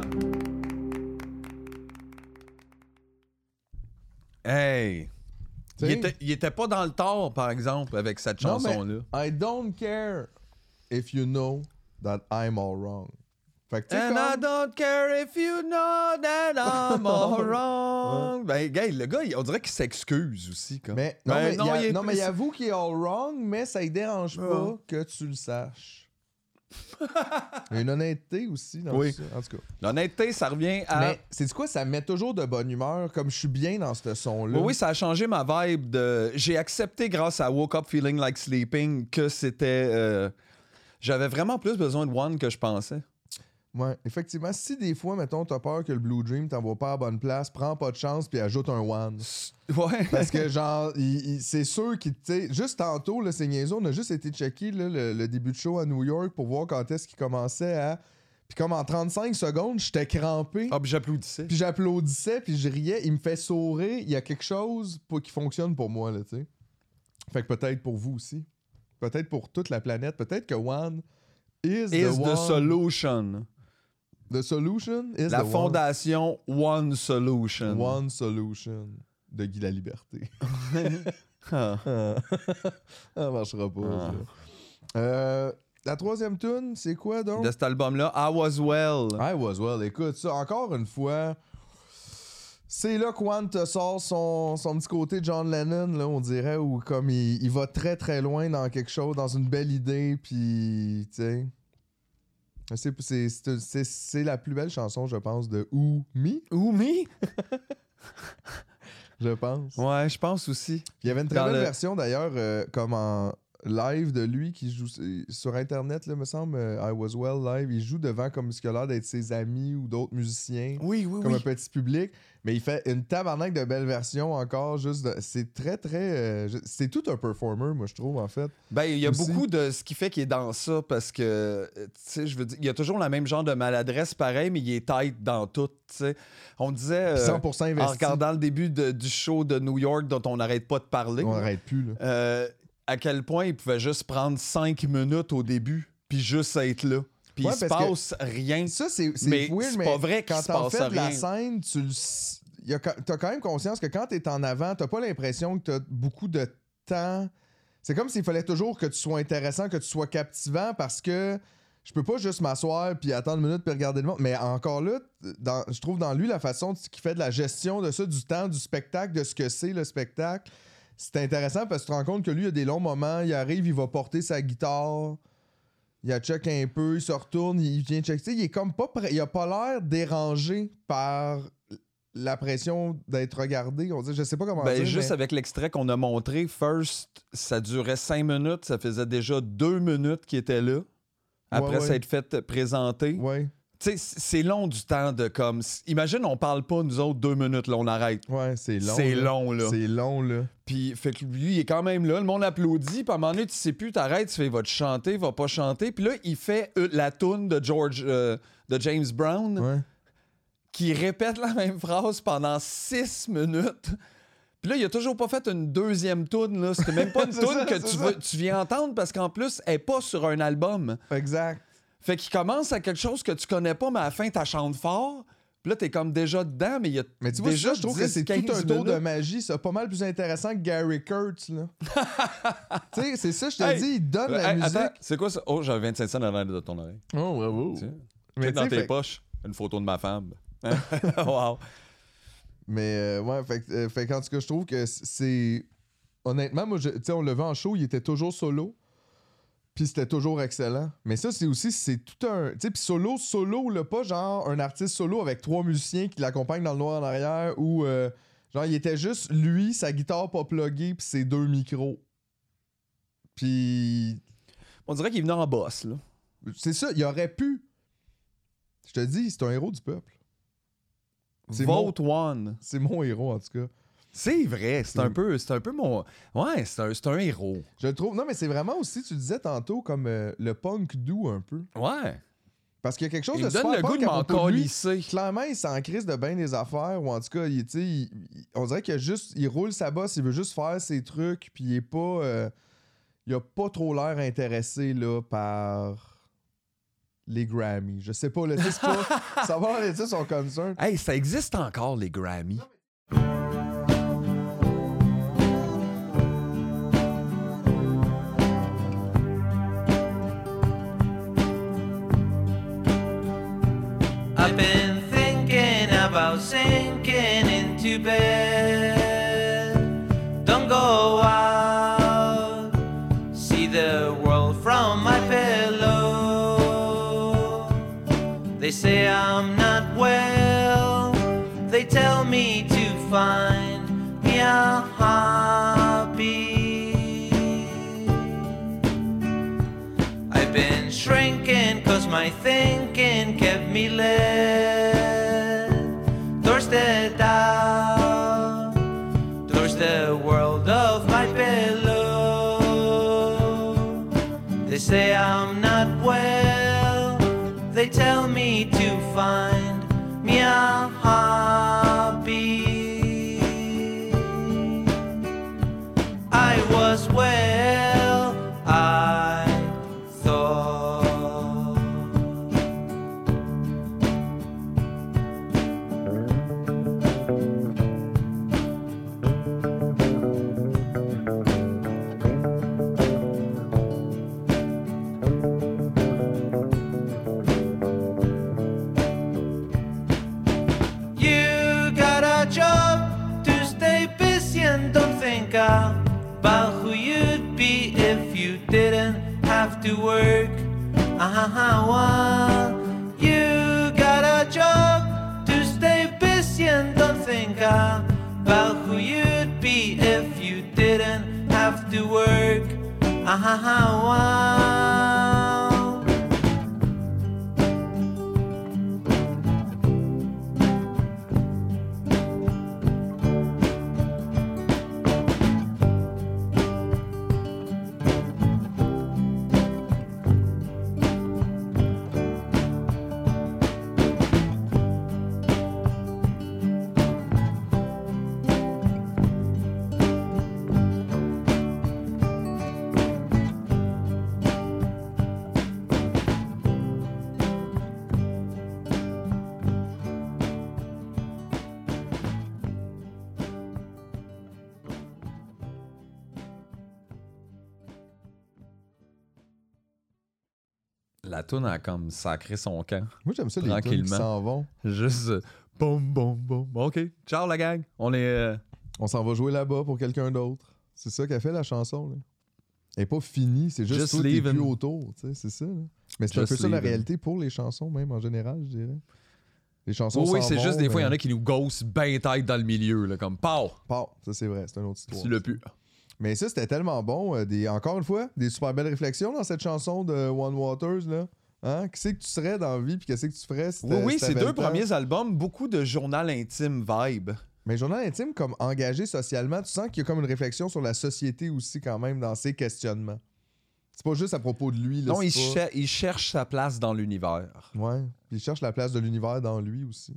S3: Hey, Il était, il était pas dans le tort, par exemple, avec cette
S6: Non,
S3: chanson-là.
S6: mais I don't care if you know that I'm all wrong. Fait que, tu sais,
S3: And I
S6: comme...
S3: don't care if you know that I'm all wrong. Ben, gars, le gars, il- on dirait qu'il s'excuse aussi. Comme.
S6: Mais, non,
S3: Ben,
S6: mais,
S3: non,
S6: il, a-
S3: il est
S6: non, mais
S3: plus-
S6: il avoue qu'il est all wrong, mais ça ne dérange pas que tu le saches. Il y a une honnêteté aussi dans
S3: Oui.
S6: tout ça. En tout cas.
S3: L'honnêteté, ça revient à.
S6: Mais c'est quoi, ça me met toujours de bonne humeur, comme je suis bien dans ce son-là.
S3: Oui, oui, ça a changé ma vibe. De... J'ai accepté grâce à Woke Up Feeling Like Sleeping que c'était. euh, J'avais vraiment plus besoin de One que je pensais.
S6: Ouais, effectivement, si des fois, mettons, t'as peur que le Blue Dream t'envoie pas à la bonne place, prends pas de chance puis ajoute un one.
S3: Ouais.
S6: Parce que, genre, il- il- c'est sûr qu'il, tu sais, juste tantôt, là, c'est niaiseux, on a juste été checker là, le, le début de show à New York pour voir quand est-ce qu'il commençait à. Puis comme en trente-cinq secondes, j'étais crampé.
S3: Ah, puis j'applaudissais.
S6: Puis j'applaudissais, puis je riais. Il me fait sourire. Il y a quelque chose pour, qui fonctionne pour moi, là, tu sais. Fait que peut-être pour vous aussi. Peut-être pour toute la planète. Peut-être que One is,
S3: Is
S6: the,
S3: the
S6: one.
S3: solution.
S6: The solution is
S3: La
S6: the
S3: fondation One Solution.
S6: one. One Solution de Guy la Liberté.
S3: Ah.
S6: Ça marchera pas,
S3: Ah.
S6: ça. Euh, la troisième tune, c'est quoi donc?
S3: De cet album-là, I Was Well.
S6: I was well. Écoute, ça, encore une fois, c'est là que One te sort son, son petit côté John Lennon, là, on dirait, où comme il, il va très très loin dans quelque chose, dans une belle idée, puis, tu sais. C'est, c'est, c'est, c'est, c'est la plus belle chanson, je pense, de Who Me,
S3: Ou me?
S6: je pense.
S3: Ouais, je pense aussi.
S6: Puis il y avait une très
S3: Dans
S6: belle
S3: le-
S6: version d'ailleurs, euh, comme en live de lui qui joue euh, sur internet, là, me semble, euh, I Was Well Live. Il joue devant comme ce qu'il a l'air d'être ses amis ou d'autres musiciens,
S3: Oui, oui,
S6: comme
S3: oui.
S6: un petit public. Mais il fait une tabarnak de belles versions encore. Juste de- c'est très, très. euh, je- c'est tout un performer, moi, je trouve, en fait.
S3: Ben, il y a
S6: Aussi.
S3: beaucoup de ce qui fait qu'il est dans ça parce que, euh, tu sais, je veux dire, il y a toujours le même genre de maladresse pareil, mais il est tight dans tout, tu sais. On disait, euh,
S6: cent pour cent
S3: en
S6: investi.
S3: regardant le début de- du show de New York dont on n'arrête pas de parler,
S6: On n'arrête plus, là.
S3: euh, à quel point il pouvait juste prendre cinq minutes au début, puis juste être là. Puis
S6: Ouais,
S3: il se
S6: parce que-
S3: passe rien.
S6: Ça, c'est, c'est
S3: Mais
S6: weird,
S3: c'est
S6: mais
S3: pas vrai qu'il
S6: quand
S3: se
S6: t'en
S3: passe
S6: fais de la
S3: rien.
S6: scène, tu le s- y a quand- t'as quand même conscience que quand t'es en avant, t'as pas l'impression que t'as beaucoup de temps. C'est comme s'il fallait toujours que tu sois intéressant, que tu sois captivant, parce que je peux pas juste m'asseoir puis attendre une minute puis regarder le monde. Mais encore là, dans- je trouve dans lui la façon qu'il fait de la gestion de ça, du temps, du spectacle, de ce que c'est le spectacle. C'est intéressant parce que tu te rends compte que lui, il a des longs moments, il arrive, il va porter sa guitare, il a check un peu, il se retourne, il vient checker. Tu sais, il est comme pas prêt, il a pas l'air dérangé par la pression d'être regardé. On dit, je sais pas comment
S3: Ben,
S6: dire.
S3: juste
S6: mais-
S3: avec l'extrait qu'on a montré, First, ça durait cinq minutes, ça faisait déjà deux minutes qu'il était là. Après
S6: Ouais, ouais.
S3: s'être fait présenter.
S6: Ouais,
S3: Tu sais, c- c'est long du temps de comme. Imagine, on parle pas, nous autres, deux minutes, là, on arrête.
S6: ouais, c'est long.
S3: C'est
S6: là.
S3: long, là.
S6: C'est long, là.
S3: Puis, fait que lui, il est quand même là, le monde applaudit, puis à un moment donné, tu sais plus, t'arrêtes, tu fais, va te chanter, va pas chanter. Puis là, il fait euh, la toune de George, euh, de James Brown,
S6: Ouais.
S3: qui répète la même phrase pendant six minutes. Puis là, il a toujours pas fait une deuxième toune, là. C'était même pas une
S6: C'est
S3: toune
S6: ça,
S3: que
S6: c'est
S3: tu,
S6: ça.
S3: veux- tu viens entendre parce qu'en plus, elle est pas sur un album.
S6: Exact.
S3: Fait qu'il commence à quelque chose que tu connais pas, mais à la fin, t'as chantes fort. Puis là, t'es comme déjà dedans, mais il y a
S6: Mais tu vois,
S3: déjà
S6: ça, je trouve que
S3: dix,
S6: c'est tout un
S3: quinze
S6: tour de
S3: minutes.
S6: magie, ça. Pas mal plus intéressant que Gary Kurtz, là. Tu sais, c'est ça, je te
S3: Hey!
S6: dis, il donne la
S3: Hey,
S6: musique.
S3: attends, c'est quoi ça? Oh, j'avais vingt-cinq cents dans l'air de ton oreille.
S6: Oh, bravo.
S3: Tiens.
S6: Mais
S3: Check dans
S6: tu sais,
S3: tes
S6: fait-
S3: poches, une photo de ma femme. Hein? Wow.
S6: Mais euh, ouais, fait, que- euh, fait qu'en tout cas, je trouve que c'est. Honnêtement, moi, je- tu sais, on le vend en show, il était toujours solo. Puis c'était toujours excellent. Mais ça, c'est aussi, c'est tout un. Tu sais, puis solo, solo, là, pas genre un artiste solo avec trois musiciens qui l'accompagnent dans le noir en arrière ou. euh, genre, il était juste lui, sa guitare pas pluggée, puis ses deux micros. Puis.
S3: On dirait qu'il est venu en boss, là.
S6: C'est ça, il aurait pu. Je te dis, c'est un héros du peuple. C'est
S3: Vote One.
S6: C'est mon héros, en tout cas.
S3: C'est vrai, c'est
S6: C'est-
S3: un peu, c'est un peu mon. Ouais, c'est un, c'est un héros.
S6: Je le trouve. Non, mais c'est vraiment aussi, tu disais tantôt, comme euh, le punk doux un peu.
S3: Ouais.
S6: Parce qu'il y a quelque chose
S3: Il
S6: de
S3: me donne
S6: super
S3: le goût
S6: punk
S3: de
S6: à
S3: m'en
S6: propos de lui.
S3: calisser.
S6: Clairement, il s'en crisse de bien des affaires, ou en tout cas, il, tu sais, il- il- on dirait qu'il a juste, il roule sa bosse, il veut juste faire ses trucs, puis il est pas, euh, il a pas trop l'air intéressé là par les Grammys. Je sais pas, là, tu sais, c'est pas savoir les titres sont concerned.
S3: Hey, ça existe encore, les Grammys.
S7: without sinking into bed. Don't go out, see the world from my pillow. They say I'm not well, they tell me to find me a hobby. I've been shrinking cause my thinking kept me led towards the doubt, towards the world of my pillow. They say I'm not well, they tell me to find me a hobby. I was well, I thought. You got a job to stay busy and don't think about who you'd be if you didn't have to work. Uh-huh, well, you got a job to stay busy and don't think about who you'd be if you didn't have to work. Uh-huh, well.
S3: La toune a comme sacré son camp.
S6: Moi, j'aime ça, les tunes qui
S3: Tranquillement.
S6: s'en vont.
S3: Juste euh, boum, boum, boum. OK. Ciao, la gang. On est. euh,
S6: On s'en va jouer là-bas pour quelqu'un d'autre. C'est ça qu'a fait la chanson. Là. Elle n'est pas finie, c'est juste
S3: Just
S6: toi, t'es
S3: leaving.
S6: plus autour. tu sais, C'est ça. Là. Mais c'est un
S3: Just
S6: peu ça la
S3: leaving.
S6: réalité pour les chansons, même en général, je dirais. Les chansons
S3: Oui, oui,
S6: s'en
S3: c'est
S6: vont,
S3: juste des fois, il y en
S6: mais-
S3: a qui nous gossent bien tête dans le milieu, là, comme pow!
S6: Pas. Ça, c'est vrai, c'est une autre histoire.
S3: Tu l'as pu.
S6: Mais ça, c'était tellement bon. euh, des... Encore une fois, des super belles réflexions dans cette chanson de One Waters. Là. Hein? Qui c'est que tu serais dans la vie, puis qu'est-ce que tu ferais si
S3: Oui,
S6: t'a-
S3: oui,
S6: si
S3: ces
S6: t'avais
S3: deux
S6: le temps?
S3: premiers albums, beaucoup de journal intime vibe.
S6: Mais journal intime, comme engagé socialement, tu sens qu'il y a comme une réflexion sur la société aussi, quand même, dans ses questionnements. C'est pas juste à propos de lui. Là,
S3: Non,
S6: c'est
S3: il,
S6: pas-
S3: cher- il cherche sa place dans l'univers.
S6: Ouais. Puis il cherche la place de l'univers dans lui aussi.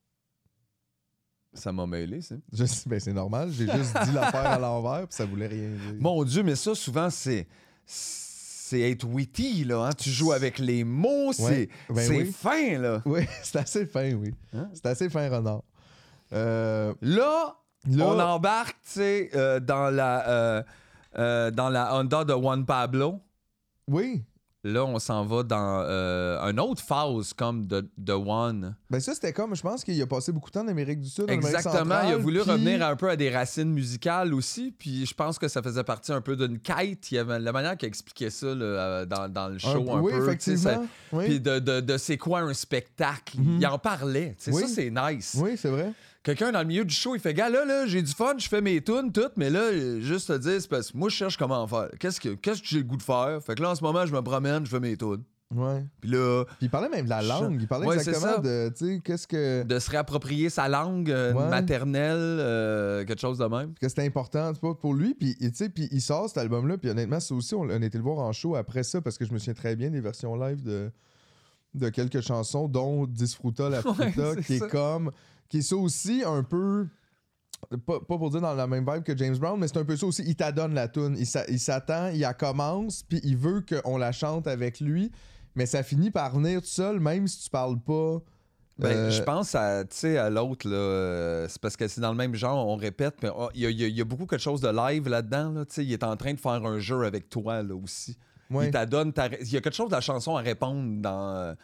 S3: Ça m'a mêlé, ça.
S6: Je sais, ben c'est normal, j'ai juste dit l'affaire à l'envers, puis ça voulait rien dire.
S3: Mon Dieu, mais ça, souvent, c'est. C'est être witty, là. Hein? Tu joues avec les mots, c'est
S6: Ouais, ben
S3: c'est
S6: oui.
S3: fin, là.
S6: Oui, c'est assez fin, oui.
S3: Hein?
S6: C'est assez fin, Renard. Euh,
S3: Là,
S6: là,
S3: on embarque, tu sais, euh, dans la euh, euh, dans la Honda de Juan Pablo.
S6: oui.
S3: Là, on s'en va dans euh, une autre phase comme de, de One.
S6: Ben ça, c'était comme, je pense qu'il a passé beaucoup de temps en Amérique du Sud, en Amérique
S3: Exactement.
S6: centrale,
S3: Il a voulu
S6: puis-
S3: revenir un peu à des racines musicales aussi. Puis je pense que ça faisait partie un peu d'une quête. Il y avait la manière qu'il expliquait ça là, euh, dans, dans le show un,
S6: oui,
S3: peu. tu sais,
S6: effectivement.
S3: ça-
S6: Oui.
S3: Puis de, de, de c'est quoi un spectacle.
S6: Mhm.
S3: Il en parlait. Tu sais,
S6: Oui.
S3: Ça, c'est nice.
S6: Oui, c'est vrai.
S3: Quelqu'un dans le milieu du show, il fait gars, là, là j'ai du fun, je fais mes tunes, toutes, mais là, euh, juste te dire, c'est parce que moi, je cherche comment faire. Qu'est-ce que, qu'est-ce que j'ai le goût de faire? Fait que là, en ce moment, je me promène, je fais mes tunes.
S6: Ouais.
S3: Puis là,
S6: Puis il parlait même de la langue. Il parlait
S3: Ouais, c'est
S6: exactement
S3: ça.
S6: de, tu sais, qu'est-ce que...
S3: de se réapproprier sa langue euh,
S6: Ouais.
S3: maternelle, euh, quelque chose de même.
S6: que c'était important tu sais, pour lui. Puis, tu sais, puis il sort cet album-là. Puis honnêtement, ça aussi, on, on a été le voir en show après ça parce que je me souviens très bien des versions live de, de quelques chansons, dont Disfruta la Fruta,
S3: Ouais, c'est
S6: qui
S3: ça.
S6: est comme. Qui est ça aussi un peu. Pas, pas pour dire dans la même vibe que James Brown, mais c'est un peu ça aussi. Il t'adonne la toune. Il, s'a- il s'attend, il la commence, puis il veut qu'on la chante avec lui. Mais ça finit par venir tout seul, même si tu parles pas.
S3: Ben,
S6: euh,
S3: je pense à, tu sais, à l'autre, là, euh, c'est parce que c'est dans le même genre, on répète, mais oh, il y, a- il y a- il y a beaucoup quelque chose de live là-dedans. Là, tu sais, il est en train de faire un jeu avec toi là, aussi.
S6: ouais.
S3: Il t'adonne, ta- il y a quelque chose de la chanson à répondre dans, euh,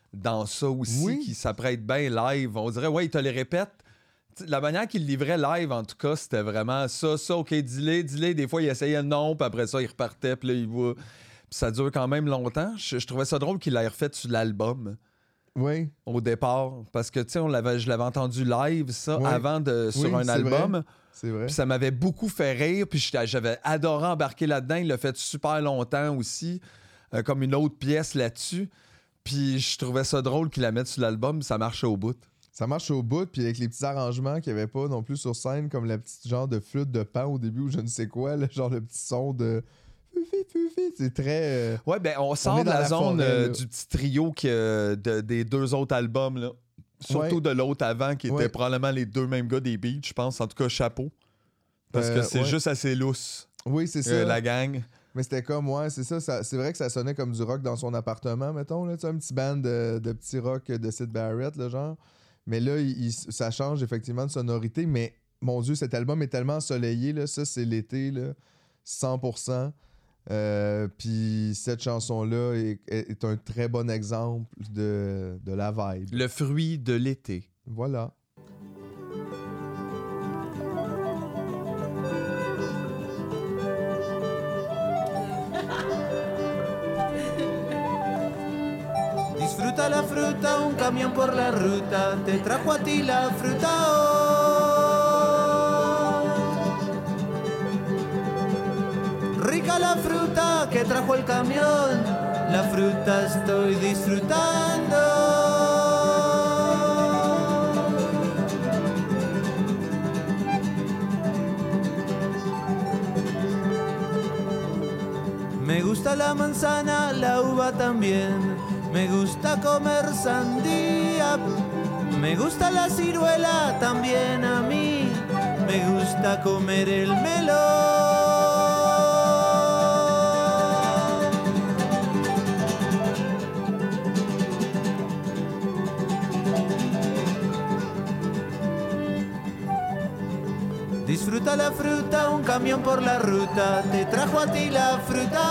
S3: dans ça aussi,
S6: Oui.
S3: qui s'apprête bien live. On dirait, ouais, il te les répète. T'sais, la manière qu'il livrait live, en tout cas, c'était vraiment ça, ça, OK, dis-les, dis-les. Des fois, il essayait le nom, puis après ça, il repartait, puis là, il va... Puis ça dure quand même longtemps. Je, je trouvais ça drôle qu'il l'ait refait sur l'album.
S6: Oui.
S3: Au départ, parce que tu sais, on l'avait, je l'avais entendu live ça
S6: Ouais.
S3: avant de sur
S6: Oui,
S3: un
S6: c'est
S3: album,
S6: vrai. C'est vrai.
S3: puis ça m'avait beaucoup fait rire, puis j'étais- j'avais adoré embarquer là-dedans. Il l'a fait super longtemps aussi, euh, comme une autre pièce là-dessus. Puis je trouvais ça drôle qu'il la mette sur l'album, ça marchait au bout.
S6: Ça marche au bout, puis avec les petits arrangements qu'il n'y avait pas non plus sur scène, comme la petite genre de flûte de pan au début ou je ne sais quoi, là, genre le petit son de fufi fufi, c'est très. euh,
S3: Ouais, ben on sort
S6: est
S3: de
S6: dans
S3: la,
S6: la
S3: zone
S6: forêt,
S3: euh,
S6: là.
S3: du petit trio que, de- des deux autres albums là. Surtout
S6: Ouais.
S3: de l'autre avant, qui étaient
S6: Ouais.
S3: probablement les deux mêmes gars des Beats, je pense. En tout cas, chapeau. Parce
S6: Euh,
S3: que c'est
S6: ouais.
S3: juste assez lousse,
S6: Oui, c'est ça.
S3: euh, la gang.
S6: Mais c'était comme, ouais, c'est ça, ça- C'est vrai que ça sonnait comme du rock dans son appartement, mettons, là, tu sais, un petit band de, de petit rock de Syd Barrett, là, genre. Mais là, il- il- ça change effectivement de sonorité, mais mon Dieu, cet album est tellement ensoleillé, là, ça, c'est l'été, là, cent pour cent. Euh, Puis cette chanson-là est, est- est un très bon exemple de, de la vibe.
S3: Le fruit de l'été.
S6: Voilà.
S7: Disfruta la fruta, un camión por la ruta, te trajo a ti la fruta hoy. Rica la fruta que trajo el camión, la fruta estoy disfrutando. Me gusta la manzana, la uva también. Me gusta comer sandía. Me gusta la ciruela también a mí. Me gusta comer el melón. Disfruta la fruta, un camión por la ruta, te trajo a ti la fruta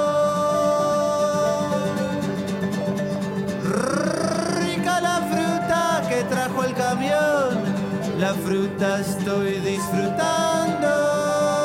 S7: hoy. Rica la fruta que trajo el camión, la fruta estoy disfrutando.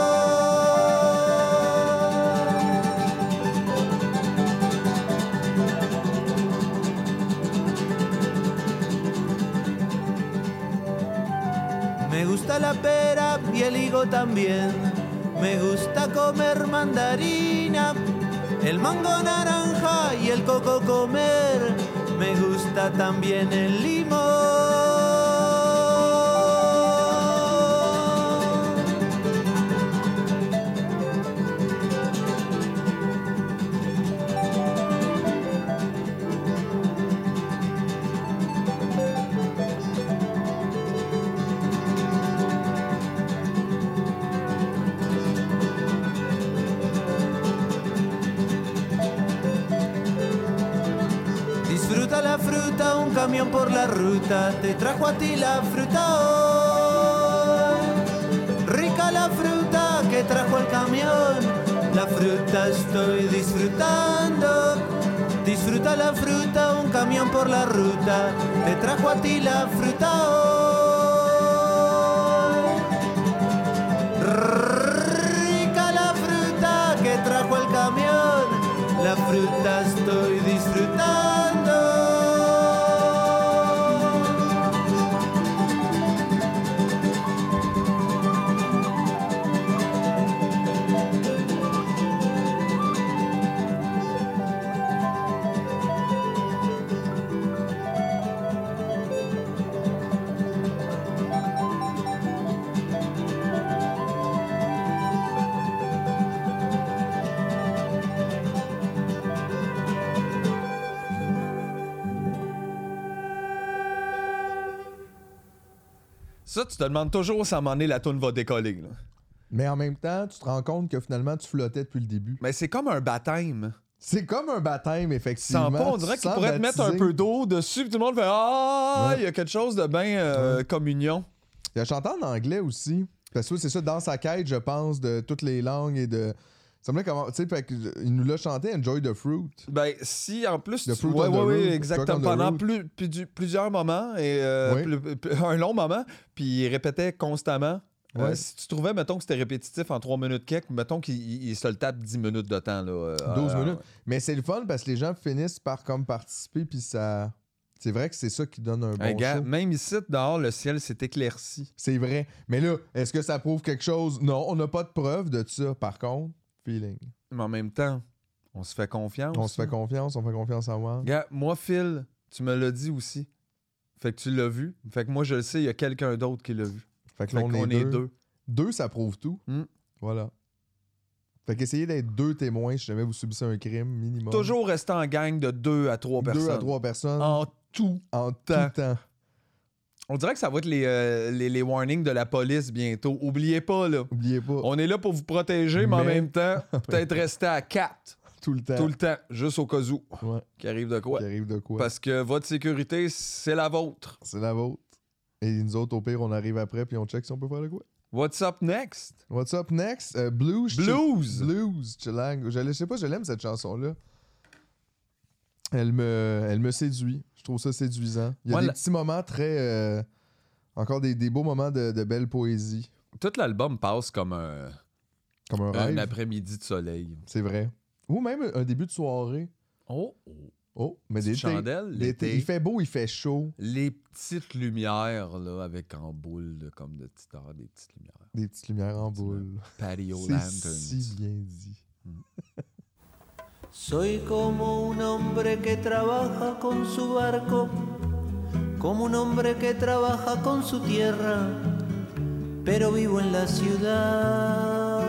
S7: Me gusta la pera y el higo también. Me gusta comer mandarina, el mango naranja y el coco comer. Me gusta también el limón. Disfruta la fruta, un camión por la ruta, te trajo a ti la fruta hoy. Rica la fruta que trajo el camión, la fruta estoy disfrutando. Disfruta la fruta, un camión por la ruta, te trajo a ti la fruta hoy. Rica la fruta que trajo el camión, la fruta estoy disfrutando.
S3: Ça, tu te demandes toujours si à un moment donné, la toune va décoller. Là.
S6: Mais en même temps, tu te rends compte que finalement, tu flottais depuis le début.
S3: Mais c'est comme un baptême.
S6: C'est comme un baptême,
S3: Tu
S6: effectivement.
S3: sens pas, on dirait
S6: Tu
S3: qu'il
S6: sens
S3: pourrait te mettre un
S6: baptisé.
S3: peu d'eau dessus, puis tout le monde fait Ah,
S6: Ouais.
S3: il y a quelque chose de bien euh, communion.
S6: Il a chanté en anglais aussi. Parce que c'est ça, dans sa quête, je pense, de toutes les langues et de. Ça me semblait comment. Tu sais, fait que, euh, il nous l'a chanté Enjoy the Fruit.
S3: Ben, si en plus.
S6: The
S3: Tu...
S6: fruit
S3: Ouais,
S6: on the
S3: ouais, ouais,
S6: root,
S3: exactement.
S6: truck on the
S3: Pendant
S6: road.
S3: plus, plus du- plusieurs moments, et euh,
S6: Oui.
S3: plus- plus- un long moment, puis il répétait constamment. Euh,
S6: Ouais.
S3: si tu trouvais, mettons, que c'était répétitif en trois minutes quelques, mettons qu'il il- il se le tape dix minutes de temps. Là, euh,
S6: douze
S3: euh,
S6: minutes. Mais c'est le fun parce que les gens finissent par comme participer, puis ça. C'est vrai que c'est ça qui donne un bon
S3: Un gars,
S6: show.
S3: même ici, dehors, le ciel s'est éclairci.
S6: C'est vrai. Mais là, est-ce que ça prouve quelque chose? Non, on n'a pas de preuve de ça. Par contre, feeling.
S3: Mais en même temps, on se fait confiance.
S6: On se fait confiance, on fait confiance en moi.
S3: Gars, moi, Phil, tu me l'as dit aussi. Fait que tu l'as vu. Fait que moi, je le sais, il y a quelqu'un d'autre qui l'a vu.
S6: Fait que
S3: Fait
S6: là, on,
S3: qu'on
S6: est,
S3: est
S6: deux.
S3: deux.
S6: Deux, ça prouve tout.
S3: Mm.
S6: Voilà. Fait qu'essayez d'être deux témoins si jamais vous subissez un crime minimum.
S3: Toujours rester en gang de deux à trois personnes.
S6: Deux à trois personnes
S3: En tout.
S6: en tout
S3: temps.
S6: temps.
S3: On dirait que ça va être les, euh, les, les warnings de la police bientôt. Oubliez pas, là.
S6: Oubliez pas,
S3: On est là pour vous protéger, mais, en
S6: Mais-
S3: même temps, peut-être rester à quatre
S6: tout le temps.
S3: tout le temps, juste au cas où
S6: Ouais.
S3: qu'il arrive de quoi.
S6: Qui arrive de quoi?
S3: Parce que votre sécurité, c'est la vôtre.
S6: C'est la vôtre. Et nous autres, au pire, on arrive après puis on check si on peut faire de quoi.
S3: What's up next?
S6: What's up next? Euh, blues.
S3: Blues.
S6: Blues. Chillang. Je, je sais pas, je l'aime cette chanson-là. Elle me, elle me séduit. Je trouve ça séduisant. Il y a
S3: Moi,
S6: des
S3: la-
S6: petits moments très... euh, encore des, des beaux moments de, de belle poésie.
S3: Tout l'album passe comme un,
S6: Comme un
S3: un
S6: rêve.
S3: après-midi de soleil.
S6: C'est vrai. Ou même un début de soirée.
S3: Oh,
S6: Oh, mais
S3: Petite
S6: d'été.
S3: chandelle,
S6: D'été.
S3: l'été.
S6: Il fait beau, il fait chaud.
S3: les petites lumières, là, avec en boule, là, comme de petites heures, des petites lumières.
S6: Des petites lumières en
S3: Petites
S6: boule.
S3: Patio
S6: C'est
S3: lanterns.
S6: si bien dit.
S7: Soy como un hombre que trabaja con su barco, como un hombre que trabaja con su tierra, pero vivo en la ciudad.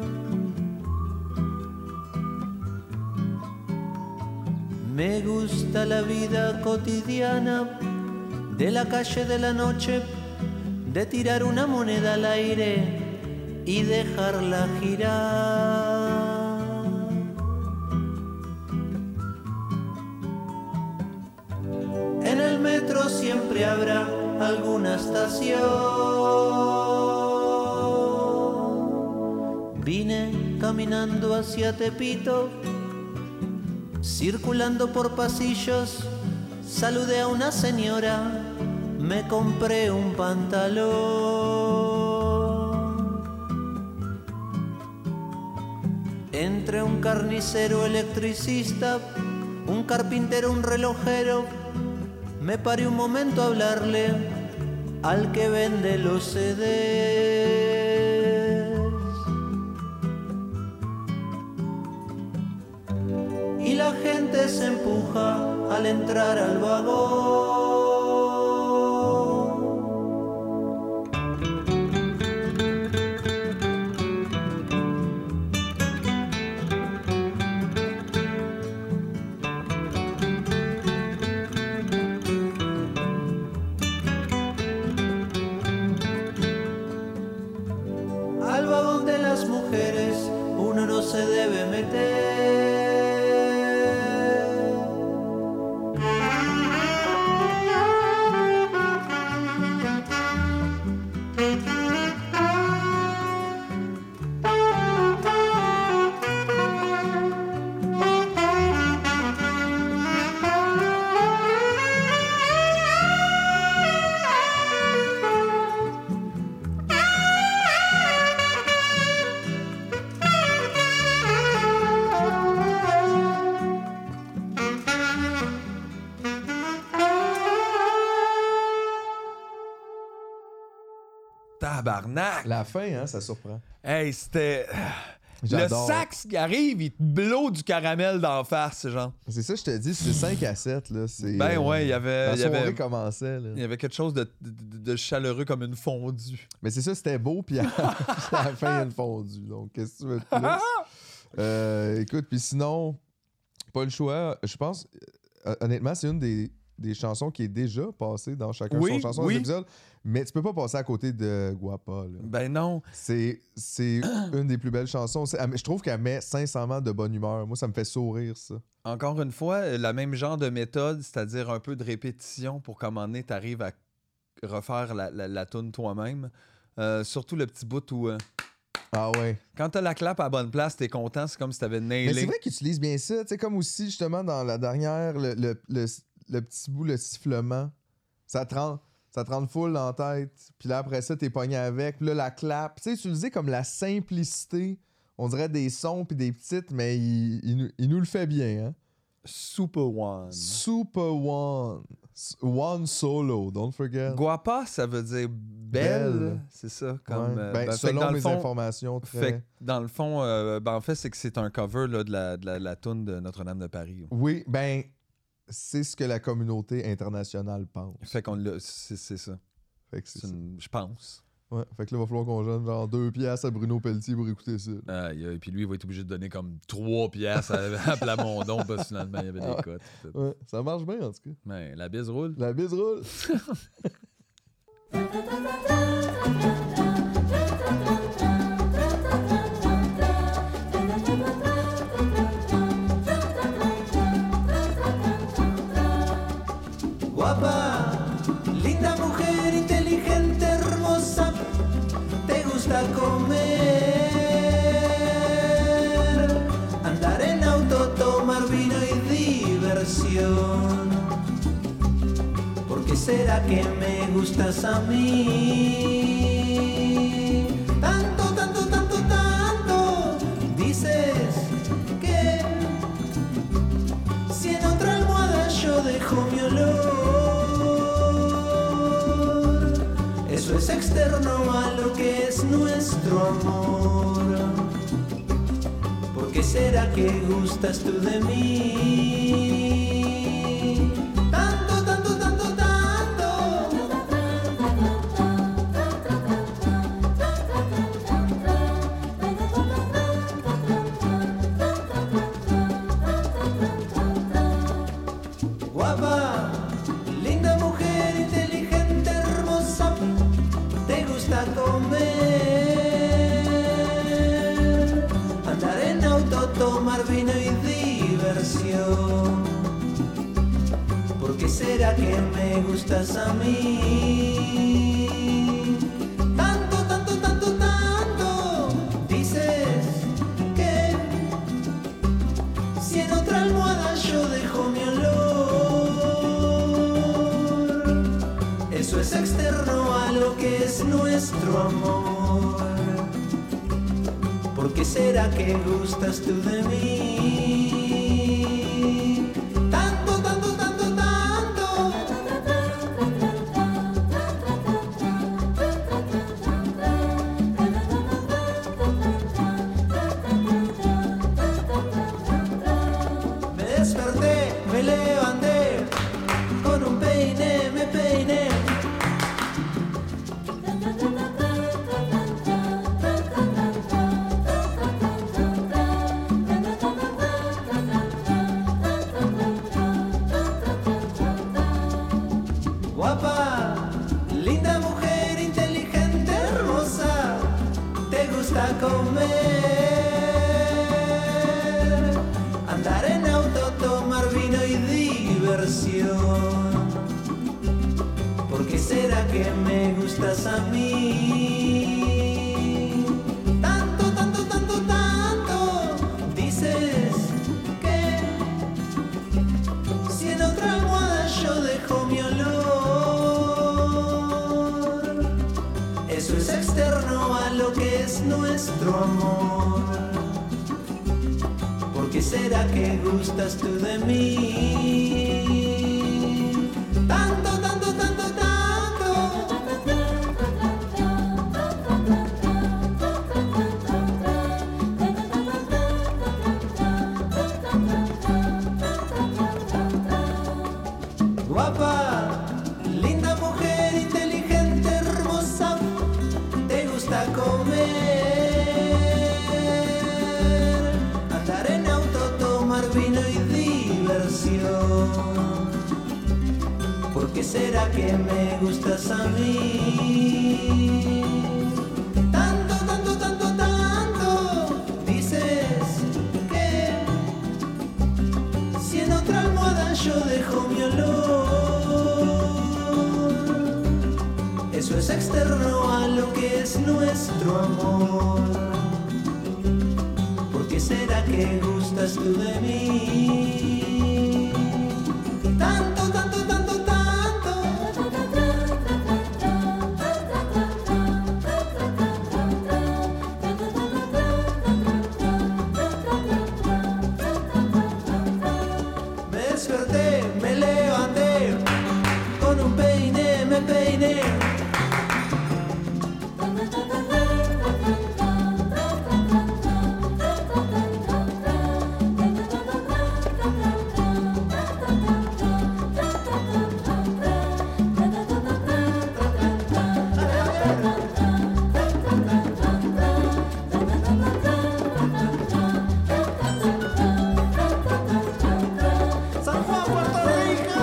S7: Me gusta la vida cotidiana, de la calle de la noche, de tirar una moneda al aire y dejarla girar. En el metro siempre habrá alguna estación. Vine caminando hacia Tepito, circulando por pasillos, saludé a una señora, me compré un pantalón. Entre un carnicero electricista, un carpintero, un relojero, me paré un momento a hablarle al que vende los C Ds. Y la gente se empuja al entrar al vagón. Al vagón de las mujeres uno no se debe meter.
S3: Tabarnak!
S6: La fin, hein, ça surprend.
S3: Hey, c'était... Le
S6: J'adore.
S3: sax qui arrive, il te blow du caramel d'en face, genre.
S6: C'est ça, je te dis, c'est cinq à sept. Là. C'est,
S3: Ben
S6: euh,
S3: ouais, il y avait...
S6: La
S3: il y
S6: soirée
S3: avait...
S6: commençait. Là.
S3: Il y avait quelque chose de, de, de chaleureux comme une fondue.
S6: Mais c'est ça, c'était beau, puis à, à la fin, il y a une fondue. Donc, qu'est-ce que tu veux de plus? Euh, écoute, puis sinon, pas le choix. Je pense, euh, honnêtement, c'est une des, des chansons qui est déjà passée dans chacun
S3: Oui,
S6: son chanson
S3: oui.
S6: des épisodes. Mais tu peux pas passer à côté de Guapa. Là.
S3: Ben non.
S6: C'est, c'est une des plus belles chansons. C'est- elle- je trouve qu'elle met sincèrement de bonne humeur. Moi, ça me fait sourire, ça.
S3: Encore une fois, la même genre de méthode, c'est-à-dire un peu de répétition pour qu'à un moment donné, tu arrives à refaire la, la, la toune toi-même. Euh, surtout le petit bout où... euh,
S6: Ah ouais.
S3: Quand t'as la clap à la bonne place, t'es content, c'est comme si t'avais nailé.
S6: Mais c'est vrai qu'ils utilisent bien ça. Tu sais, comme aussi, justement, dans la dernière, le, le, le, le petit bout, le sifflement, ça te rend, ça te rend full en tête. Puis là, après ça, t'es pogné avec. Puis là, la clap. Tu sais, utilisé comme la simplicité, on dirait des sons puis des petites, mais il, il, nous- il nous le fait bien, hein.
S3: Super One.
S6: Super One. S- One Solo, don't forget.
S3: Guapa, ça veut dire belle.
S6: Belle.
S3: C'est ça. Comme,
S6: Ouais.
S3: euh,
S6: Ben,
S3: ben, fait que
S6: selon
S3: dans le
S6: mes
S3: fond-
S6: informations, très...
S3: Fait que dans le fond, euh, ben, en fait, c'est que c'est un cover là, de la, de la, la toune de Notre-Dame de Paris.
S6: Oui, ben, c'est ce que la communauté internationale pense.
S3: Fait qu'on l'a. C'est c'est ça.
S6: Fait que c'est
S3: C'est
S6: ça.
S3: une- Je pense.
S6: Ouais, fait que là, il va falloir qu'on donne genre deux piastres à Bruno Pelletier pour écouter ça.
S3: Aïe, aïe, puis lui, il va être obligé de donner comme trois piastres à, à Plamondon parce que finalement, il y avait des
S6: Ah ouais.
S3: cotes. pis tout.
S6: Ouais, ça marche bien en tout cas.
S3: Mais la bise roule.
S6: La bise roule.
S7: Guapa, linda mujer, inteligente, hermosa, te gusta comer, andar en auto, tomar vino y diversión. ¿Por qué será que me gustas a mí? Tanto, tanto, tanto, tanto, dices que si en otra almohada yo dejo mi olor, eso es externo a lo que es nuestro amor. ¿Por qué será que gustas tú de mí? Tanto, tanto, tanto, tanto. Guapa, linda mujer, inteligente, hermosa, te gusta comer, andar en auto, tomar vino y diversión. ¿Por qué será que me gustas a mí? Tanto, tanto, tanto, tanto, dices que si en otra almohada yo dejo mi olor, eso es externo a lo que es nuestro amor. ¿Por qué será que gustas tú de mí? Tanto, tanto, tanto, tanto. Me desperté, me levanté, con un peine me peiné. Guapa, linda mujer, inteligente, hermosa, te gusta comer, andar en auto, tomar vino y diversión. ¿Por qué será que me gustas a mí? Tanto, tanto, tanto, tanto, dices que si en otra almohada yo dejo mi olor, eso es externo a lo que es nuestro amor. ¿Por qué será que gustas tú de mí? Tanto, tanto, tanto, tanto. Guapa, linda mujer, inteligente, hermosa, te gusta comer, andar en auto, tomar vino y diversión. ¿Por qué será que me gustas a mí? Tanto, tanto, tanto, tanto, dices que si en otra almohada yo dejo mi olor, eso es externo a lo que es nuestro amor. que gustas tú de mí. Tanto, tanto, tanto, tanto. Me desperté, me levanté, con un peine me peiné. San Juan, Puerto Rico.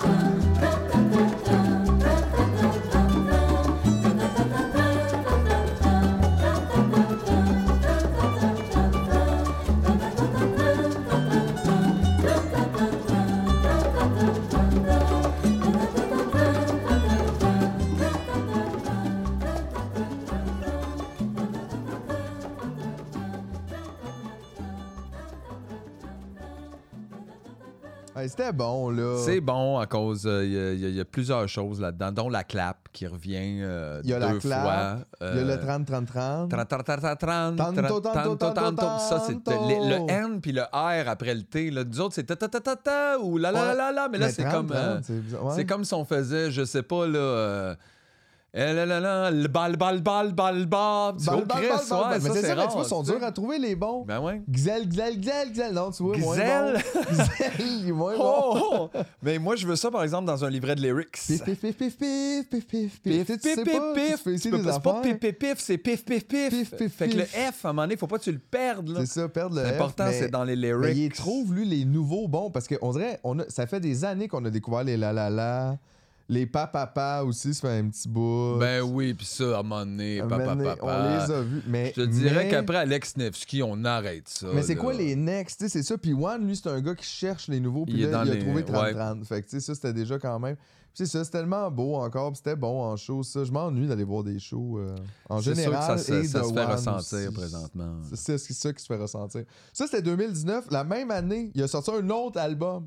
S6: Hey, c'était bon, là.
S3: C'est bon à cause. Il euh, y, y, y a plusieurs choses là-dedans, dont la clap qui revient euh,
S6: Il y a
S3: deux
S6: la clap,
S3: fois.
S6: il y a le trente trente trente.
S3: trente, trente, trente, trente,
S6: Tanto, tanto, tanto,
S3: Ça, c'est
S6: tanto.
S3: le, le N puis le R après le T. Là. Nous autres, c'est ta ta ta ta ta ou la la la la la. Mais là,
S6: Mais
S3: c'est
S6: trente,
S3: comme. euh,
S6: trente, c'est bizarre. Ouais.
S3: C'est comme si on faisait, je sais pas, là. Euh, eh là là là, le bal bal bal bal bal. Tu
S6: Bal,
S3: vois,
S6: bal,
S3: Chris,
S6: bal, bal,
S3: ouais,
S6: bal. Mais
S3: ça,
S6: c'est
S3: c'est
S6: ça, mais
S3: rare.
S6: tu vois, ils sont
S3: tu sais.
S6: durs à trouver les bons.
S3: Ben ouais.
S6: Gzel, gzel, gzel, gzel. Non, tu vois, moins
S3: Gzel.
S6: bon. Gzel, il est moins bon.
S3: Oh, oh. Mais moi, je veux ça, par exemple, dans un livret de lyrics.
S6: Pif, pif, pif, pif, pif, pif, pif,
S3: Pif,
S6: Tu sais,
S3: pif,
S6: tu sais
S3: pif,
S6: pas, tu
S3: pif.
S6: fais essayer
S3: Tu peux
S6: des
S3: pas- C'est pas
S6: affaires.
S3: pif, pif, pif, c'est pif, pif, pif.
S6: Pif, pif,
S3: Fait que le
S6: pif.
S3: F, à un moment donné, faut pas que tu le perdes. là.
S6: C'est ça, perdre le
S3: C'est
S6: F,
S3: important,
S6: mais-
S3: c'est dans les
S6: Mais
S3: lyrics.
S6: il trouve, lui, les nouveaux bons, parce qu'on dirait, on a, ça fait des années qu'on a découvert les la la la. Les papa aussi, ça fait un petit bout.
S3: Ben oui, puis ça, à un moment donné,
S6: Un
S3: papa,
S6: moment donné,
S3: papa.
S6: On les a vus. Mais,
S3: Je te dirais
S6: mais-
S3: qu'après Alex Nevsky, on arrête ça.
S6: Mais c'est
S3: là.
S6: quoi les next? Tu sais, c'est ça. Puis One, lui, c'est un gars qui cherche les nouveaux. Puis
S3: Il est
S6: là,
S3: dans
S6: il a
S3: les-
S6: trouvé trente
S3: ouais.
S6: trente. Fait que, tu sais, ça, c'était déjà quand même. Puis c'est ça, c'est tellement beau encore. Puis c'était bon en show, ça. Je m'ennuie d'aller voir des shows euh, en
S3: C'est sûr
S6: général.
S3: que ça, se-
S6: et
S3: ça
S6: de
S3: se fait
S6: One
S3: ressentir
S6: aussi.
S3: présentement.
S6: C'est c'est ça qui se fait ressentir. Ça, c'était deux mille dix-neuf. La même année, il a sorti un autre album.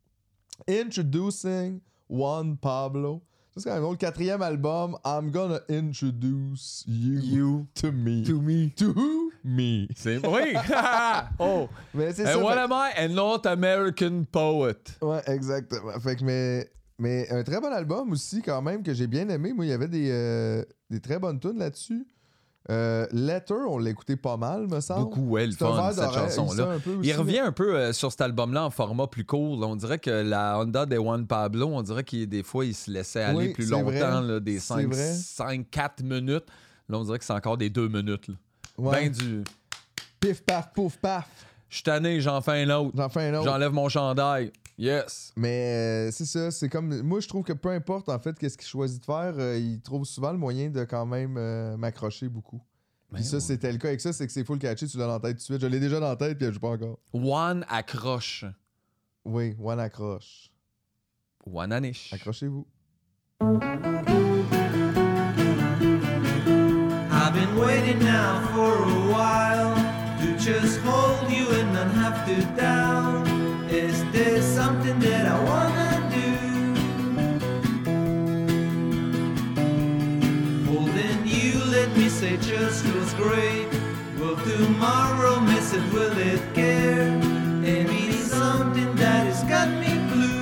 S6: Introducing Juan Pablo. Ça, c'est quand même drôle. Le quatrième album, I'm gonna introduce you,
S3: You
S6: to me.
S3: to me.
S6: To who? Me.
S3: C'est... Oui! oh!
S6: Mais c'est
S3: And
S6: ça.
S3: what
S6: fait-
S3: am I? A North American poet.
S6: Ouais, exactement. Fait que, mais, mais un très bon album aussi, quand même, que j'ai bien aimé. Moi, il y avait des, euh, des très bonnes tunes là-dessus. Euh, Letter, on l'a écouté pas mal, me semble.
S3: Beaucoup, ouais, le
S6: C'est un
S3: fun,
S6: verre
S3: cette
S6: d'oreille,
S3: chanson-là.
S6: ça, un peu aussi,
S3: Il revient un peu euh, sur cet album-là en format plus court. là. On dirait que la Honda des Juan Pablo, on dirait qu'il des fois, il se laissait aller
S6: Oui,
S3: plus
S6: c'est
S3: longtemps,
S6: vrai.
S3: là, des
S6: C'est vrai.
S3: cinq quatre minutes. Là, on dirait que c'est encore des deux minutes. Là.
S6: Ouais.
S3: Ben du...
S6: Pif, paf, pouf, paf.
S3: Je suis tanné, j'en fais un autre.
S6: J'en fais un autre.
S3: J'enlève mon chandail. Yes.
S6: Mais euh, c'est ça, c'est comme. Moi, je trouve que peu importe, en fait, qu'est-ce qu'il choisit de faire, euh, il trouve souvent le moyen de quand même euh, m'accrocher beaucoup.
S3: Ben
S6: Puis ça,
S3: ouais.
S6: c'était le cas avec ça, c'est que c'est full catchy, tu l'as dans la tête tout de suite. Je l'ai déjà dans la tête, puis je joue pas encore.
S3: One accroche.
S6: Oui, one accroche.
S3: One anish.
S6: Accrochez-vous.
S7: I've been waiting now for a while to just hold you and not have to doubt. Is this something that I wanna do? Holding you, let me say, just feels great. Will tomorrow miss it? Will it care? Maybe something that has got me blue.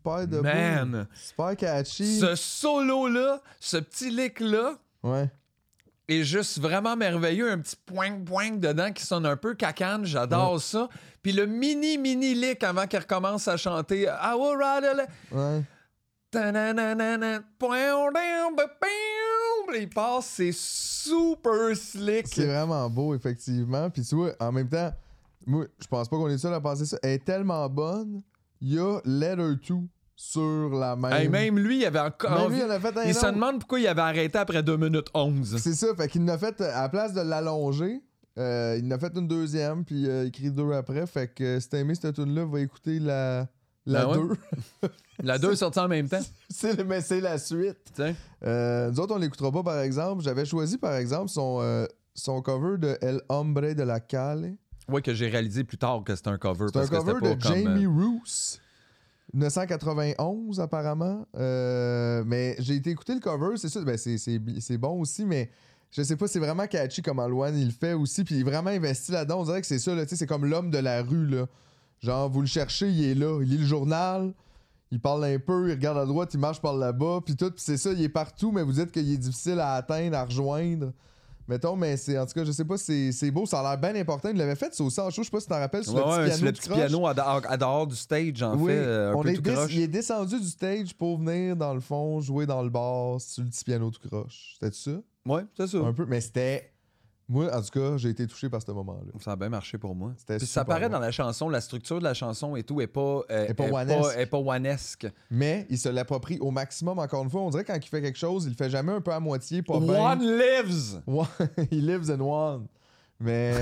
S6: super de
S3: Man!
S6: super catchy.
S3: Ce solo-là, ce petit lick-là,
S6: Ouais.
S3: est juste vraiment merveilleux. Un petit poing-poing dedans qui sonne un peu cacane. J'adore
S6: Ouais.
S3: ça. Puis le mini-mini lick avant qu'elle recommence à chanter I will ride a...
S6: Ouais.
S3: Ta-na-na-na-na, point down, ba- bam. Il passe, c'est super slick.
S6: C'est vraiment beau, effectivement. Puis tu vois, en même temps, moi, je pense pas qu'on est seul à penser ça. Elle est tellement bonne, il y a Letter deux sur la même.
S3: Hey, même lui, il avait encore
S6: Même
S3: envie-
S6: lui, il en a fait un
S3: Il se
S6: autre.
S3: demande pourquoi il avait arrêté après deux minutes onze.
S6: C'est ça, fait qu'il en a fait, à la place de l'allonger, euh, il en a fait une deuxième, puis euh, écrit deux après. Fait que euh, si t'as aimé cette tune là va écouter la, la
S3: Ben ouais.
S6: deux.
S3: La deux est sortie en même temps.
S6: c'est, le- mais c'est la suite.
S3: Tiens.
S6: Euh, nous autres, on l'écoutera pas, par exemple. J'avais choisi, par exemple, son, euh, son cover de El Hombre de la Calle.
S3: Ouais, que j'ai réalisé plus tard que c'était un cover.
S6: C'est un
S3: parce que
S6: cover
S3: c'était
S6: de
S3: pas comme,
S6: Jamie
S3: euh,
S6: Roos. mille neuf cent quatre-vingt-onze, apparemment. Euh, mais j'ai été écouter le cover, c'est ça. Ben, c'est, c'est, c'est bon aussi, mais je sais pas, c'est vraiment catchy comment Luan il le fait aussi. Puis il est vraiment investi là-dedans. On dirait que c'est ça, là, tu sais, c'est comme l'homme de la rue. Là. Genre, vous le cherchez, il est là. Il lit le journal, il parle un peu, il regarde à droite, il marche par là-bas. Puis tout, puis c'est ça, il est partout, mais vous dites qu'il est difficile à atteindre, à rejoindre. Mettons, mais c'est en tout cas, je sais pas, c'est, c'est beau, ça a l'air bien important. Il l'avait fait, ça aussi en show, je sais pas si tu t'en rappelles, sur
S3: Ouais,
S6: le petit
S3: ouais,
S6: piano.
S3: c'est le
S6: du
S3: petit
S6: croche.
S3: piano à, dehors- à dehors du stage, en
S6: Oui,
S3: fait. euh, un
S6: on
S3: peu
S6: est
S3: tout
S6: des-
S3: croche.
S6: il est descendu du stage pour venir, dans le fond, jouer dans le bar sur le petit piano du croche. C'était ça?
S3: Ouais, c'est ça.
S6: Un peu, mais c'était... Moi, en tout cas, j'ai été touché par ce moment-là.
S3: Ça a bien marché pour moi.
S6: C'était
S3: Puis ça
S6: super
S3: paraît
S6: bon.
S3: dans la chanson, la structure de la chanson et tout est pas, euh,
S6: Est pas
S3: est
S6: one-esque.
S3: est pas one-esque.
S6: Mais il se l'approprie au maximum, encore une fois. On dirait quand il fait quelque chose, il le fait jamais un peu à moitié, pas bien.
S3: One lives!
S6: One- he lives in one. Mais...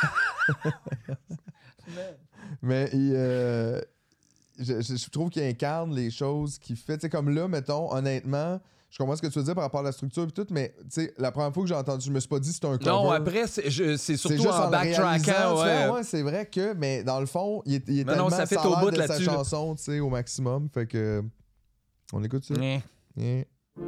S6: mais il, euh, je, je- je trouve qu'il incarne les choses qu'il fait. Tu sais, comme là, mettons, honnêtement, je comprends ce que tu veux dire par rapport à la structure et tout, mais tu sais, la première fois que j'ai entendu, je me suis pas dit que c'était un cover.
S3: Non, après, c'est je- c'est
S6: C'est
S3: surtout
S6: juste
S3: en
S6: le réalisant,
S3: backtrackant.
S6: tu fais,
S3: Ouais.
S6: ouais, c'est vrai que, mais dans le fond, il est, il est
S3: Mais
S6: tellement
S3: non, ça fait
S6: a
S3: au
S6: l'air
S3: bout
S6: de sa
S3: là-dessus, là.
S6: chanson, tu sais, au maximum. Fait que, on écoute ça.
S3: Ouais.
S6: Yeah.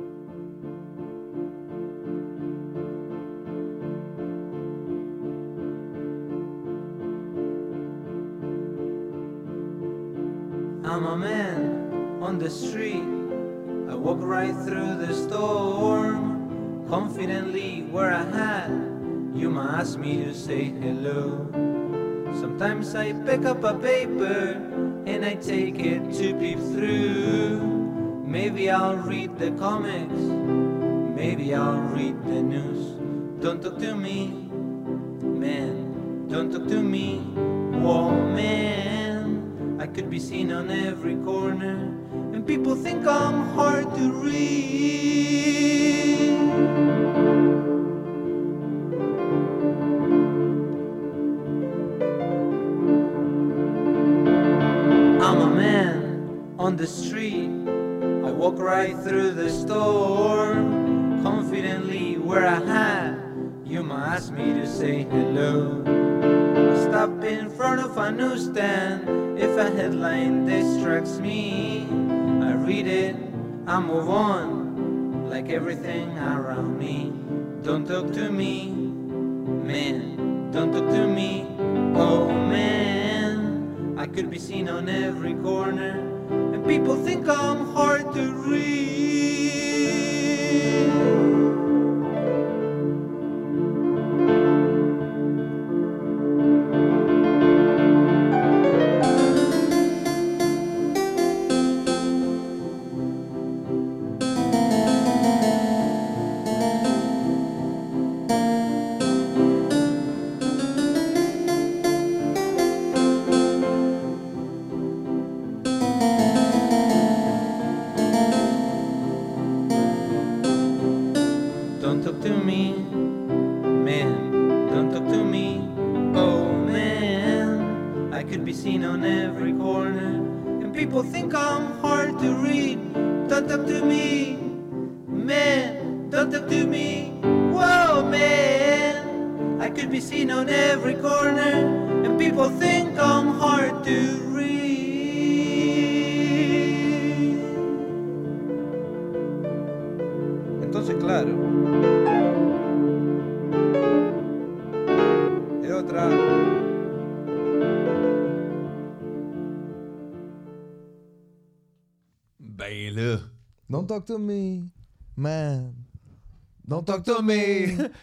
S7: I'm a man on the street. I walk right through the storm, confidently wear a hat. You might ask me to say hello. Sometimes I pick up a paper and I take it to peep through. Maybe I'll read the comics, maybe I'll read the news. Don't talk to me, man, don't talk to me, whoa man. I could be seen on every corner, and people think I'm hard to read. I'm a man on the street. I walk right through the storm, confidently wear a hat. You might ask me to say hello. I stop in front of a newsstand. If a headline distracts me, I read it, I move on, like everything around me. Don't talk to me, man, don't talk to me, oh man. I could be seen on every corner, and people think I'm hard to read. Don't talk to me, man, don't talk to me, oh man. I could be seen on every corner, and people think I'm hard to read. Don't talk to me, man, don't talk to me, whoa man. I could be seen on every corner, and people think I'm hard to read. Entonces, claro, es otra.
S3: Ben là.
S6: Don't talk to me, man. Don't
S3: Don't
S6: talk
S3: talk
S6: to
S3: to
S6: me,
S3: me,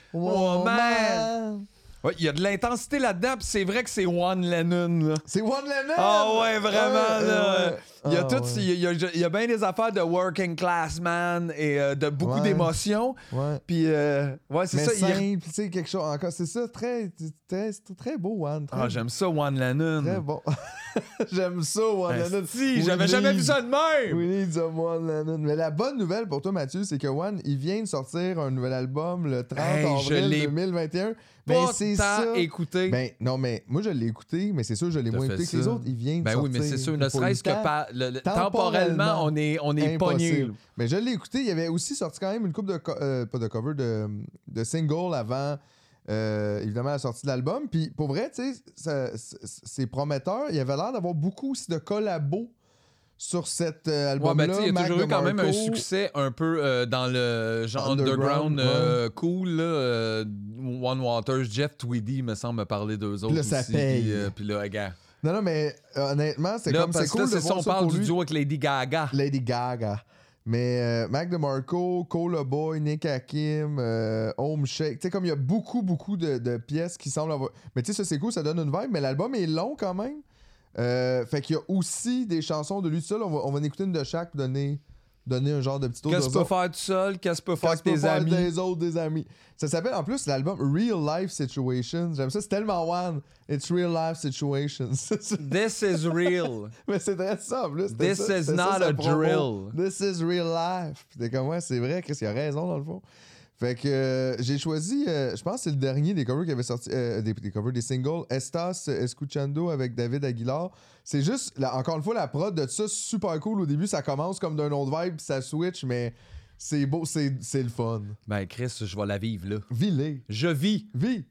S6: woman.
S3: Ouais, il y a de l'intensité là-dedans, puis c'est vrai que c'est One Lennon, là.
S6: C'est One Lennon!
S3: Ah ouais, vraiment,
S6: Ouais,
S3: là.
S6: ouais.
S3: Il y a
S6: Ah,
S3: tout,
S6: ouais.
S3: il y a, il y a bien des affaires de working class man et euh, de beaucoup
S6: Ouais.
S3: d'émotions.
S6: Ouais.
S3: Puis, euh, ouais, c'est
S6: Mais
S3: ça. il-
S6: simple, tu sais, quelque chose encore. C'est ça, très, très, très, très beau, One. Très,
S3: Ah, j'aime ça, One Lennon.
S6: très bon. J'aime ça, One Lennon.
S3: Si,
S6: We
S3: j'avais jamais
S6: need-
S3: vu ça de même.
S6: We need some One Lennon. Mais la bonne nouvelle pour toi, Mathieu, c'est que One, il vient de sortir un nouvel album le trente
S3: Hey, je
S6: avril
S3: l'ai
S6: deux mille vingt et un.
S3: Pas
S6: Ben, c'est
S3: tant
S6: ça.
S3: écouté.
S6: Ben, non, mais moi, je l'ai écouté, mais c'est sûr, je l'ai
S3: T'as
S6: moins
S3: fait
S6: écouté que les
S3: ça.
S6: autres. Il vient de
S3: Ben
S6: sortir.
S3: oui, mais c'est sûr, ne
S6: Faut
S3: serait-ce
S6: le
S3: que
S6: temps.
S3: par, le- le-
S6: temporellement,
S3: temporellement, on est, on est pogné.
S6: Impossible. Mais je l'ai écouté. Il y avait aussi sorti quand même une coupe de... co- euh, pas de cover, de, de single avant, euh, évidemment, la sortie de l'album. Puis pour vrai, tu sais, ça- c'est c'est prometteur. Il y avait l'air d'avoir beaucoup aussi de collabos sur cet euh,
S3: Ouais,
S6: album-là.
S3: ben, tu sais, il y a
S6: Mac
S3: toujours eu quand même un
S6: DeMarco.
S3: succès un peu euh, dans le genre
S6: Underground,
S3: underground, euh, cool. Là, euh, One Waters, Jeff Tweedy me semble me parler d'eux autres
S6: là, ça
S3: aussi.
S6: paye.
S3: Puis, euh, puis là, regarde.
S6: Non, non, mais euh, honnêtement, c'est
S3: Là,
S6: comme...
S3: parce
S6: C'est
S3: que
S6: cool
S3: là,
S6: de
S3: c'est ça,
S6: voir
S3: on
S6: ça
S3: parle
S6: pour
S3: du
S6: lui.
S3: duo avec Lady Gaga.
S6: Lady Gaga. Mais euh, Mac DeMarco, Cola Boy, Nick Hakim, euh, Home Shake. Tu sais, comme il y a beaucoup, beaucoup de, de pièces qui semblent avoir. Mais tu sais, ça c'est cool, ça donne une vibe. Mais l'album est long quand même. Euh, fait qu'il y a aussi des chansons de lui tout seul. On va, on va en écouter une de chaque pour donner, donner un genre de petit tour
S3: Qu'est-ce que tu
S6: de
S3: peux faire tout seul? Qu'est-ce que tu peux faire
S6: Qu'est-ce
S3: avec
S6: que
S3: tes
S6: tu peux faire
S3: amis?
S6: des autres, des amis. Ça s'appelle en plus l'album Real Life Situations. J'aime ça, c'est tellement one. It's Real Life Situations.
S3: This is real.
S6: Mais c'est très ça en plus. C'était
S3: This
S6: ça-
S3: is
S6: c'était ça,
S3: not
S6: sa
S3: a
S6: promo.
S3: drill.
S6: This is real life. Puis t'es comme, ouais, c'est vrai, Chris, il a raison dans le fond. Fait que euh, j'ai choisi, euh, je pense que c'est le dernier des covers qui avait sorti, euh, des, des covers, des singles, Estas Escuchando avec David Aguilar. C'est juste, là, encore une fois, la prod de ça, super cool. Au début, ça commence comme d'un autre vibe, puis ça switch, mais c'est beau, c'est c'est le fun.
S3: Ben, Chris, je vais la vivre, là.
S6: Vis-les.
S3: Je vis.
S6: Vis.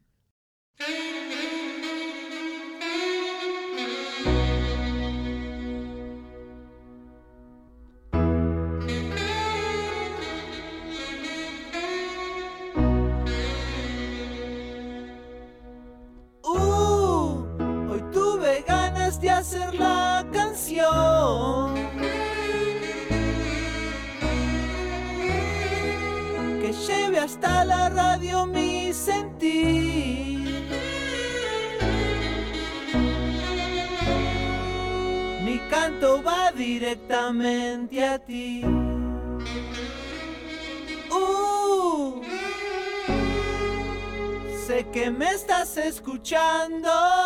S7: Uh, hoy tuve ganas de hacer la canción que lleve hasta la radio mi sentir. Mi canto va directamente a ti. Uh, sé que me estás escuchando.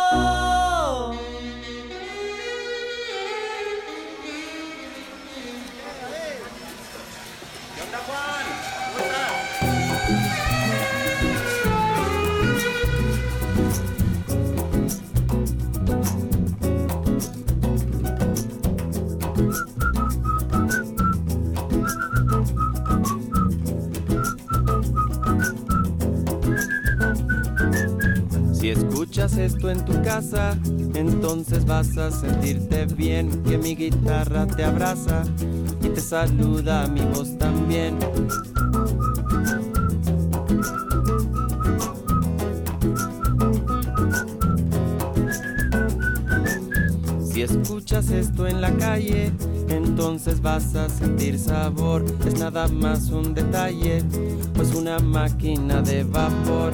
S9: Si escuchas esto en tu casa, entonces vas a sentirte bien, que mi guitarra te abraza y te saluda mi voz también. Si escuchas esto en la calle, entonces vas a sentir sabor. Es nada más un detalle, pues una máquina de vapor.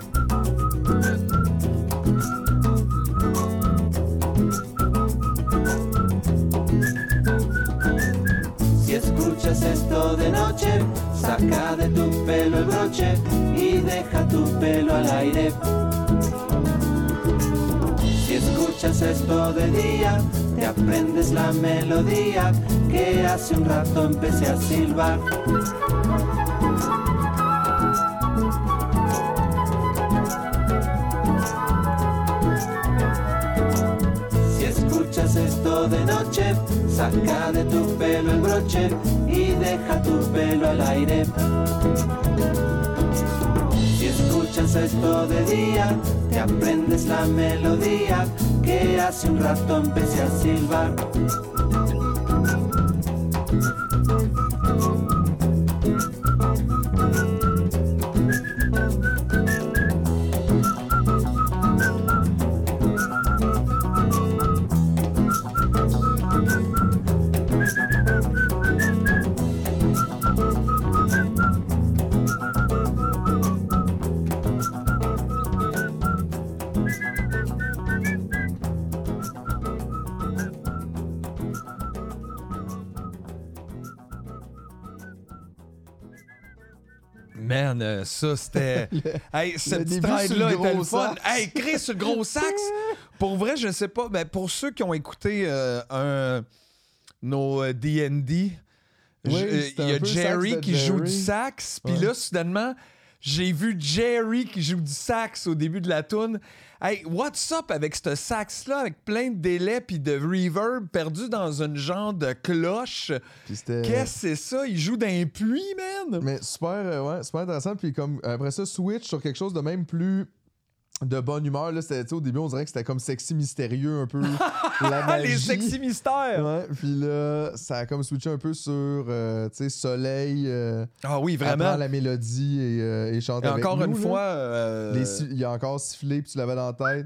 S7: Si escuchas esto de noche, saca de tu pelo el broche y deja tu pelo al aire. Si escuchas esto de día, te aprendes la melodía que hace un rato empecé a silbar. Si escuchas esto de noche, saca de tu pelo el broche y deja tu pelo al aire. Si escuchas esto de día, te aprendes la melodía que hace un rato empecé a silbar.
S3: Man, euh, ça, c'était... hey, ce
S6: le
S3: petit
S6: début sur
S3: ride-là
S6: le
S3: était le
S6: gros
S3: fun.
S6: sax.
S3: Hey, Chris, sur le gros sax! Pour vrai, je sais pas, mais pour ceux qui ont écouté euh, un, nos euh, D and D,
S6: Oui,
S3: je- euh,
S6: c'était
S3: il y
S6: un
S3: a
S6: peu
S3: Jerry
S6: sax de
S3: qui joue
S6: Jerry.
S3: du sax, puis
S6: Ouais.
S3: là, soudainement, j'ai vu Jerry qui joue du sax au début de la tune. Hey, what's up avec ce sax-là, avec plein de délais puis de reverb perdu dans une genre de cloche?
S6: Puis c'était-
S3: Qu'est-ce que c'est ça? Il joue d'un puits, man!
S6: Mais super, euh, ouais, super intéressant. Puis comme après ça, switch sur quelque chose de même plus de bonne humeur. Là, c'était, tu sais, au début, on dirait que c'était comme sexy mystérieux un peu. La
S3: Ah,
S6: magie.
S3: les sexy mystères!
S6: Ouais, puis là, ça a comme switché un peu sur, euh, tu sais, soleil. euh,
S3: Ah oui, vraiment.
S6: apprend la mélodie et, euh, et chante
S3: Et
S6: avec
S3: encore
S6: nous,
S3: une
S6: là.
S3: fois, euh,
S6: Les si- il y a encore sifflé, puis tu l'avais dans la tête.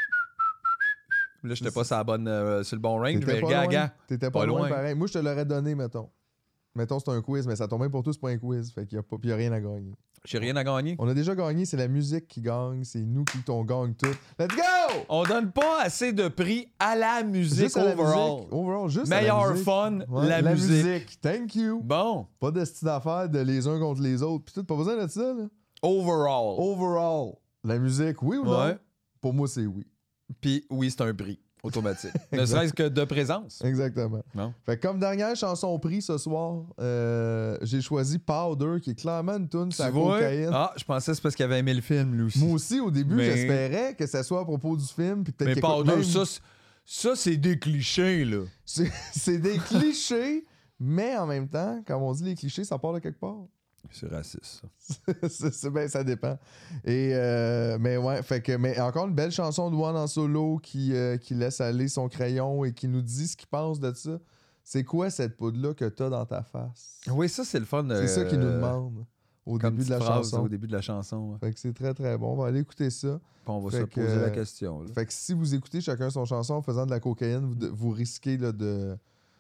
S3: là, j'étais pas sur, la bonne, euh, sur le bon range,
S6: T'étais
S3: mais
S6: pas
S3: regarde,
S6: loin.
S3: regarde.
S6: T'étais pas,
S3: Pas
S6: loin,
S3: loin.
S6: pareil. Moi, je te l'aurais donné, mettons. Mettons, c'est un quiz, mais ça tombe bien pour tous, c'est pas un quiz. Fait qu'il y a, pas, puis il y a rien à gagner.
S3: J'ai rien à gagner.
S6: On a déjà gagné, c'est la musique qui gagne, c'est nous qui t'on gagne tout. Let's go!
S3: On donne pas assez de prix à la musique
S6: Juste à la
S3: overall.
S6: musique. Overall, juste à la
S3: Meilleur
S6: musique.
S3: fun,
S6: Ouais,
S3: la, musique.
S6: Thank you.
S3: Bon,
S6: Pas de style d'affaires de les uns contre les autres. Puis tout, pas besoin de ça, là.
S3: overall.
S6: Overall, la musique, oui ou non?
S3: Ouais.
S6: Pour moi, c'est oui.
S3: Puis oui, c'est un prix automatique. ne serait-ce que de présence.
S6: Exactement.
S3: Non.
S6: Fait que comme dernière chanson prix ce soir, euh, j'ai choisi Powder, qui est clairement une tune sur
S3: Tu
S6: la
S3: vois?
S6: cocaïne.
S3: Ah, je pensais que c'est parce qu'il avait aimé le film, lui aussi.
S6: Moi aussi, au début,
S3: Mais-
S6: j'espérais que ça soit à propos du film. Puis peut-être
S3: Mais
S6: qu'il
S3: pas
S6: écoute
S3: deux,
S6: même-
S3: ça, c'est- ça, c'est des clichés, là.
S6: C'est c'est des clichés, mais en même temps, comme on dit, les clichés, ça part de quelque part.
S3: C'est raciste, ça.
S6: c'est, c'est- ben, ça dépend. Et euh, mais ouais, fait que mais encore une belle chanson de One en solo qui, euh, qui laisse aller son crayon et qui nous dit ce qu'il pense de ça. C'est quoi cette poudre-là que t'as dans ta face?
S3: Oui, ça, c'est le fun.
S6: C'est ça qu'il nous demande au
S3: Comme
S6: début de la
S3: petite phrase
S6: chanson.
S3: au début de la chanson. ouais.
S6: Fait que c'est très très bon. On va aller écouter ça.
S3: Puis on va
S6: Fait
S3: se
S6: que,
S3: poser la
S6: euh,
S3: question. là.
S6: Fait que si vous écoutez chacun son chanson en faisant de la cocaïne, vous, de- vous risquez là, de,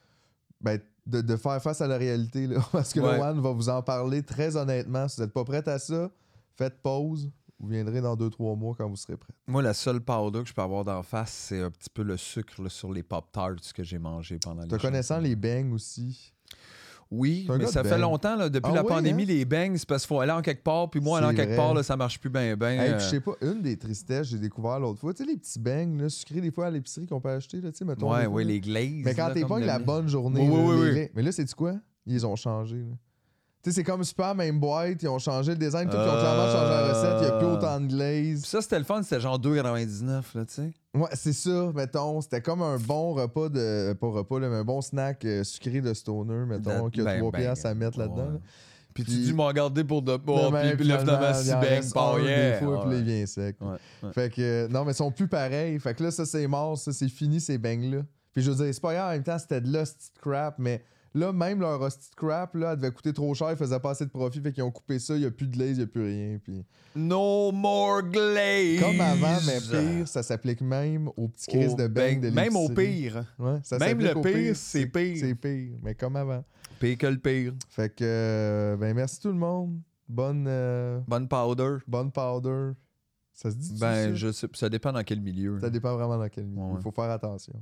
S6: ben, de, de faire face à la réalité. Là, parce que
S3: Ouais.
S6: le One va vous en parler très honnêtement. Si vous n'êtes pas prête à ça, faites pause. Vous viendrez dans deux trois mois quand vous serez prêts.
S3: Moi, la seule powder que je peux avoir d'en face, c'est un petit peu le sucre là, sur les Pop-Tarts que j'ai mangé pendant les
S6: Te connaissant
S3: chansons.
S6: les bangs aussi.
S3: Oui,
S6: T'es un
S3: mais
S6: gars
S3: ça
S6: de
S3: fait
S6: bang.
S3: longtemps, là, depuis
S6: Ah
S3: la
S6: oui,
S3: pandémie,
S6: hein?
S3: les bangs, c'est parce qu'il faut aller en quelque part, puis moi, aller en
S6: C'est
S3: quelque
S6: vrai.
S3: part, là, ça marche plus bien, bien.
S6: Hey, puis je sais pas, une des tristesses, j'ai découvert l'autre fois. Tu sais, les petits bangs là, sucrés des fois à l'épicerie qu'on peut acheter, là, tu sais, mettons.
S3: Ouais,
S6: des fois,
S3: ouais,
S6: là.
S3: les glazes.
S6: Mais quand
S3: là,
S6: t'es
S3: comme
S6: pas avec
S3: de-
S6: la bonne journée,
S3: Oui,
S6: là,
S3: oui, oui,
S6: les
S3: oui.
S6: laits. Mais là, c'est-tu quoi? Ils ont changé. Là. Tu sais, c'est comme super même boîte, ils ont changé le design, tout, ils ont clairement changé la recette, il n'y a plus autant de
S3: Puis
S6: glaze.
S3: ça, c'était le fun, c'était genre deux quatre-vingt-dix-neuf, là, tu sais.
S6: Ouais, c'est ça, mettons. C'était comme un bon repas de. Pas repas, là, mais un bon snack euh, sucré de stoner, mettons, qui a
S3: Ben,
S6: trois
S3: ben,
S6: piastres à mettre
S3: ouais.
S6: là-dedans. là.
S3: Puis tu
S6: Puis-
S3: dis, m'en garder pour de
S6: Non,
S3: pas,
S6: mais
S3: puis lève de ma
S6: finalement, il
S3: six
S6: en
S3: bangs,
S6: reste
S3: pas
S6: un
S3: yeah.
S6: des fois, puis là, il
S3: Ouais.
S6: vient sec.
S3: Ouais, ouais.
S6: Fait que, euh, non, mais ils sont plus pareils. Fait que là, ça, c'est mort, ça, c'est fini, ces bangs-là. Puis je veux dire, c'est pas grave, en même temps, c'était de l'hostie de crap, mais là, même leur hostie de crap, là, elle devait coûter trop cher, ils faisaient pas assez de profit, fait qu'ils ont coupé ça, il y a plus de glaze, il y a plus rien. Puis...
S3: No more glaze.
S6: Comme avant, mais pire, ça s'applique même aux petits crises
S3: Au
S6: de bangs de
S3: bang- Même au
S6: l'épicerie.
S3: pire.
S6: Ouais, ça
S3: Même
S6: s'applique
S3: le
S6: au
S3: pire, c'est pire.
S6: C'est pire, mais comme avant.
S3: Pire que le pire.
S6: Fait que, euh, ben merci tout le monde. Bonne, euh,
S3: Bonne powder.
S6: bonne powder. Ça se dit
S3: Ben,
S6: ça?
S3: je sais, ça dépend dans quel milieu.
S6: Ça
S3: là.
S6: dépend vraiment dans quel milieu.
S3: Ouais,
S6: Il
S3: ouais.
S6: faut faire attention.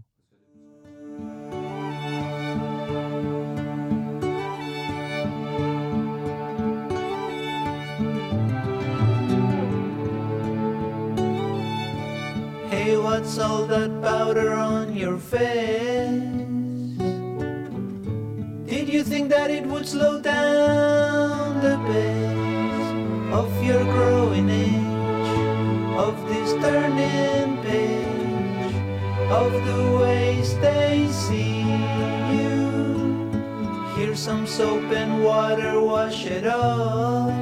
S7: Hey, what's all that powder on your face? Did you think that it would slow down the pace of your growing age, of this turning page, of the ways they see you? Here's some soap and water, wash it off.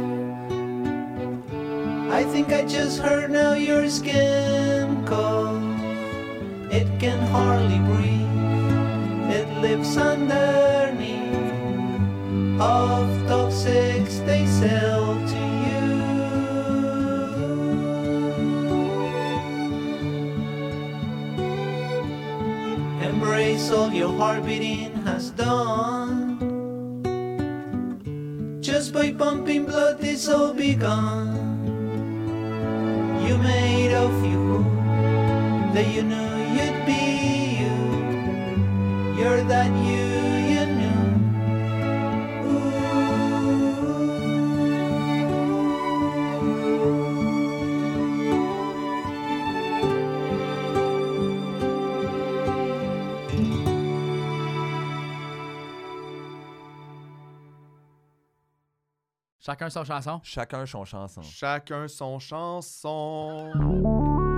S7: I think I just heard now your skin cough. It can hardly breathe. It lives underneath of toxics they sell to you. Embrace all your heart beating has done. Just by pumping blood, this all begun. You made of you who that you knew you'd be you. You're that you you knew. Ooh.
S2: Chacun sa chanson.
S3: Chacun son chanson.
S4: Chacun son chanson.